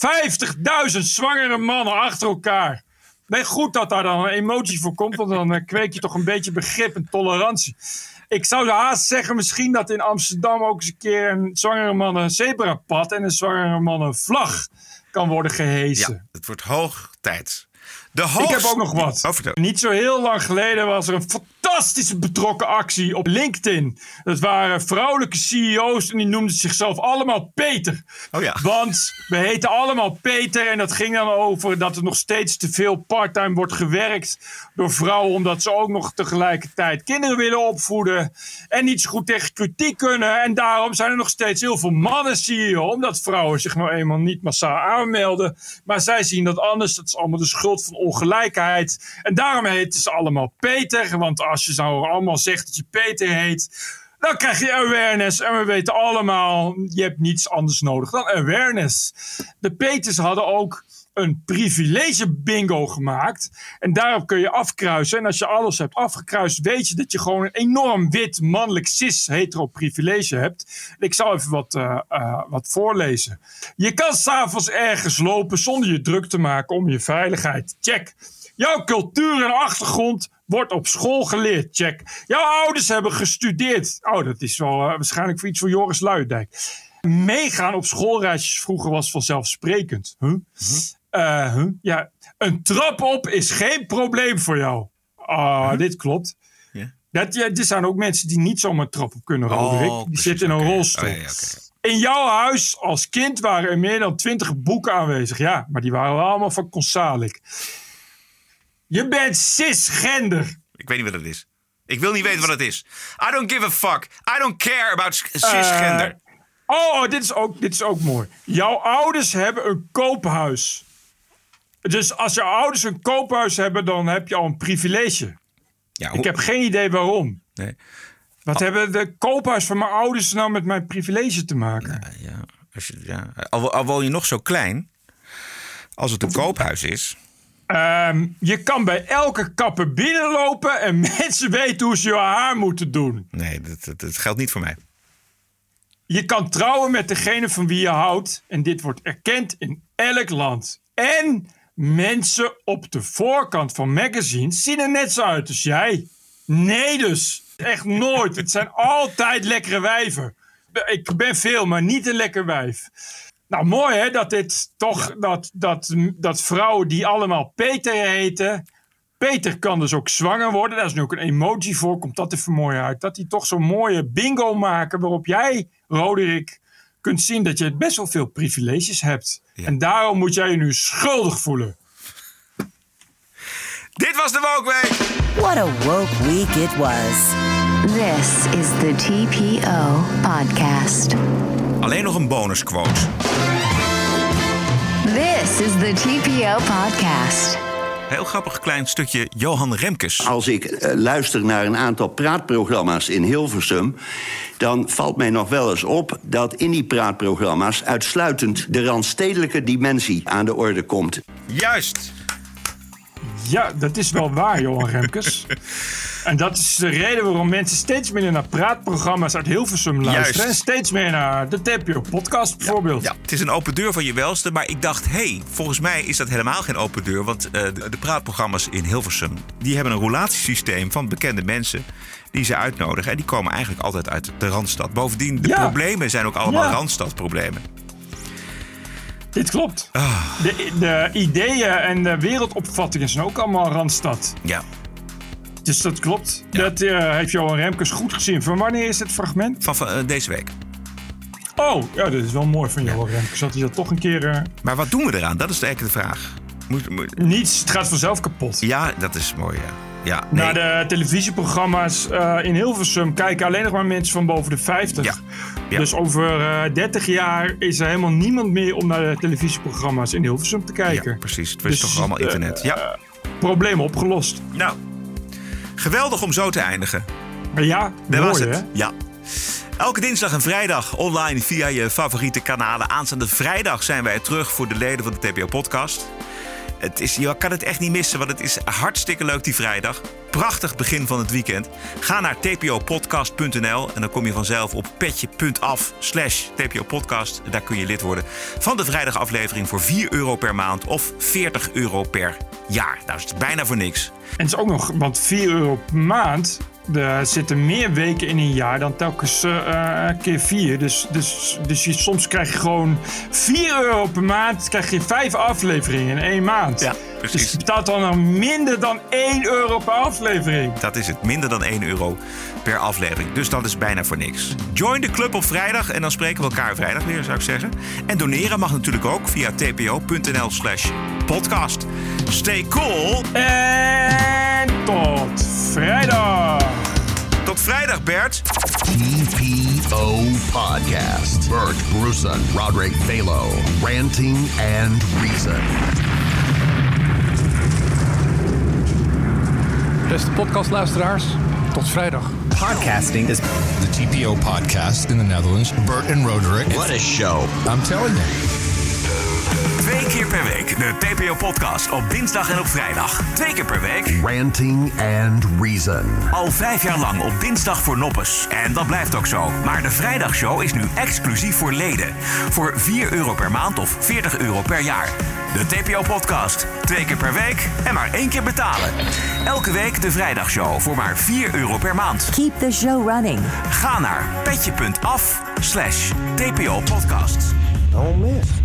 50.000 zwangere mannen achter elkaar. Nee, goed dat daar dan een emoji voor komt, want dan kweek je toch een beetje begrip en tolerantie. Ik zou haast zeggen misschien dat in Amsterdam ook eens een keer een zwangere mannen zebrapad en een zwangere mannen vlag kan worden gehesen. Ja, het wordt hoog tijd. Ik heb ook nog wat. Niet zo heel lang geleden was er een fantastische betrokken actie op LinkedIn. Dat waren vrouwelijke CEO's en die noemden zichzelf allemaal Peter. Oh ja. Want we heten allemaal Peter en dat ging dan over dat er nog steeds te veel parttime wordt gewerkt door vrouwen, omdat ze ook nog tegelijkertijd kinderen willen opvoeden en niet zo goed tegen kritiek kunnen. En daarom zijn er nog steeds heel veel mannen CEO, omdat vrouwen zich nou eenmaal niet massaal aanmelden. Maar zij zien dat anders. Dat is allemaal de schuld van ongelijkheid. En daarom heten ze allemaal Peter. Want als je nou allemaal zegt dat je Peter heet, dan krijg je awareness. En we weten allemaal, je hebt niets anders nodig dan awareness. De Peters hadden ook een privilege bingo gemaakt. En daarop kun je afkruisen. En als je alles hebt afgekruist, weet je dat je gewoon een enorm wit, mannelijk, cis-hetero privilege hebt. Ik zal even wat voorlezen. Je kan 's avonds ergens lopen zonder je druk te maken om je veiligheid. Check. Jouw cultuur en achtergrond wordt op school geleerd. Check. Jouw ouders hebben gestudeerd. Oh, dat is wel waarschijnlijk voor iets voor Joris Luijendijk. Meegaan op schoolreisjes vroeger was vanzelfsprekend. Ja, een trap op is geen probleem voor jou. Dit klopt. Er zijn ook mensen die niet zomaar een trap op kunnen, Roderick. Die zitten in een rolstoel. In jouw huis als kind waren er meer dan 20 boeken aanwezig. Ja, maar die waren wel allemaal van Consalik. Je bent cisgender. Ik weet niet wat het is. Ik wil niet weten wat het is. I don't give a fuck. I don't care about cisgender. Dit is ook mooi. Jouw ouders hebben een koophuis. Dus als jouw ouders een koophuis hebben, dan heb je al een privilege. Ja, ik heb geen idee waarom. Nee. Wat hebben de koophuis van mijn ouders nou met mijn privilege te maken? Al woon je nog zo klein, als het een koophuis is. Je kan bij elke kapper binnenlopen en mensen weten hoe ze je haar moeten doen. Nee, dat geldt niet voor mij. Je kan trouwen met degene van wie je houdt. En dit wordt erkend in elk land. En mensen op de voorkant van magazines zien er net zo uit als jij. Nee dus. Echt nooit. Het zijn altijd lekkere wijven. Ik ben veel, maar niet een lekker wijf. Nou, mooi hè, dat dit toch, dat vrouwen die allemaal Peter heten, Peter kan dus ook zwanger worden. Daar is nu ook een emoji voor. Komt dat even mooi uit. Dat hij toch zo'n mooie bingo maken. Waarop jij, Roderick, kunt zien dat je best wel veel privileges hebt. Ja. En daarom moet jij je nu schuldig voelen. Dit was de Woke Week. What a woke week it was. This is the TPO podcast. Alleen nog een bonusquote. This is the TPO podcast. Heel grappig klein stukje Johan Remkes. Als ik luister naar een aantal praatprogramma's in Hilversum, dan valt mij nog wel eens op dat in die praatprogramma's uitsluitend de randstedelijke dimensie aan de orde komt. Juist. Ja, dat is wel waar, Johan Remkes. En dat is de reden waarom mensen steeds minder naar praatprogramma's uit Hilversum luisteren. Juist. En steeds meer naar de TPO-podcast bijvoorbeeld. Ja, het is een open deur van je welste. Maar ik dacht, volgens mij is dat helemaal geen open deur. Want de praatprogramma's in Hilversum, die hebben een roulatiesysteem van bekende mensen die ze uitnodigen. En die komen eigenlijk altijd uit de Randstad. Bovendien, de problemen zijn ook allemaal Randstadproblemen. Dit klopt. De ideeën en de wereldopvattingen zijn ook allemaal Randstad. Ja. Dus dat klopt. Ja. Dat heeft Johan Remkes goed gezien. Van wanneer is het fragment? Van deze week. Oh, ja, dat is wel mooi van Johan Remkes. Dat hij dat toch een keer... Maar wat doen we eraan? Dat is eigenlijk de vraag. Niets. Het gaat vanzelf kapot. Ja, dat is mooi, ja. Naar de televisieprogramma's in Hilversum kijken alleen nog maar mensen van boven de 50. Ja. Ja. Dus over 30 jaar is er helemaal niemand meer om naar de televisieprogramma's in Hilversum te kijken. Ja, precies. Het is toch allemaal internet. Probleem opgelost. Nou, geweldig om zo te eindigen. Ja, dat mooi, was het. Hè? Ja. Elke dinsdag en vrijdag online via je favoriete kanalen. Aanstaande vrijdag zijn wij terug voor de leden van de TPO-podcast. Je kan het echt niet missen, want het is hartstikke leuk die vrijdag. Prachtig begin van het weekend. Ga naar tpopodcast.nl en dan kom je vanzelf op petje.af/tpopodcast. Daar kun je lid worden van de vrijdagaflevering voor €4 per maand of €40 per jaar. Nou, dat is bijna voor niks. En het is ook nog, want €4 per maand... Er zitten meer weken in een jaar dan telkens keer 4. Dus soms krijg je gewoon €4 per maand. Krijg je 5 afleveringen in 1 maand. Ja, precies. Dus je betaalt dan nog minder dan €1 per aflevering. Dat is het, minder dan €1 per aflevering. Dus dat is bijna voor niks. Join de club op vrijdag en dan spreken we elkaar vrijdag weer, zou ik zeggen. En doneren mag natuurlijk ook via tpo.nl/podcast. Stay cool. En tot vrijdag. Tot vrijdag, Bert. TPO Podcast. Bert Brussen, Roderick Balo. Ranting and Reason. Beste podcastluisteraars, tot vrijdag. Podcasting is the TPO Podcast in the Netherlands. Bert and Roderick. What a show. I'm telling you. 2 keer per week de TPO-podcast op dinsdag en op vrijdag. 2 keer per week. Ranting and Reason. Al 5 jaar lang op dinsdag voor noppes. En dat blijft ook zo. Maar de vrijdagshow is nu exclusief voor leden. Voor €4 per maand of €40 per jaar. De TPO-podcast. 2 keer per week en maar 1 keer betalen. Elke week de vrijdagshow voor maar €4 per maand. Keep the show running. Ga naar petje.af/TPO-podcast. Don't miss.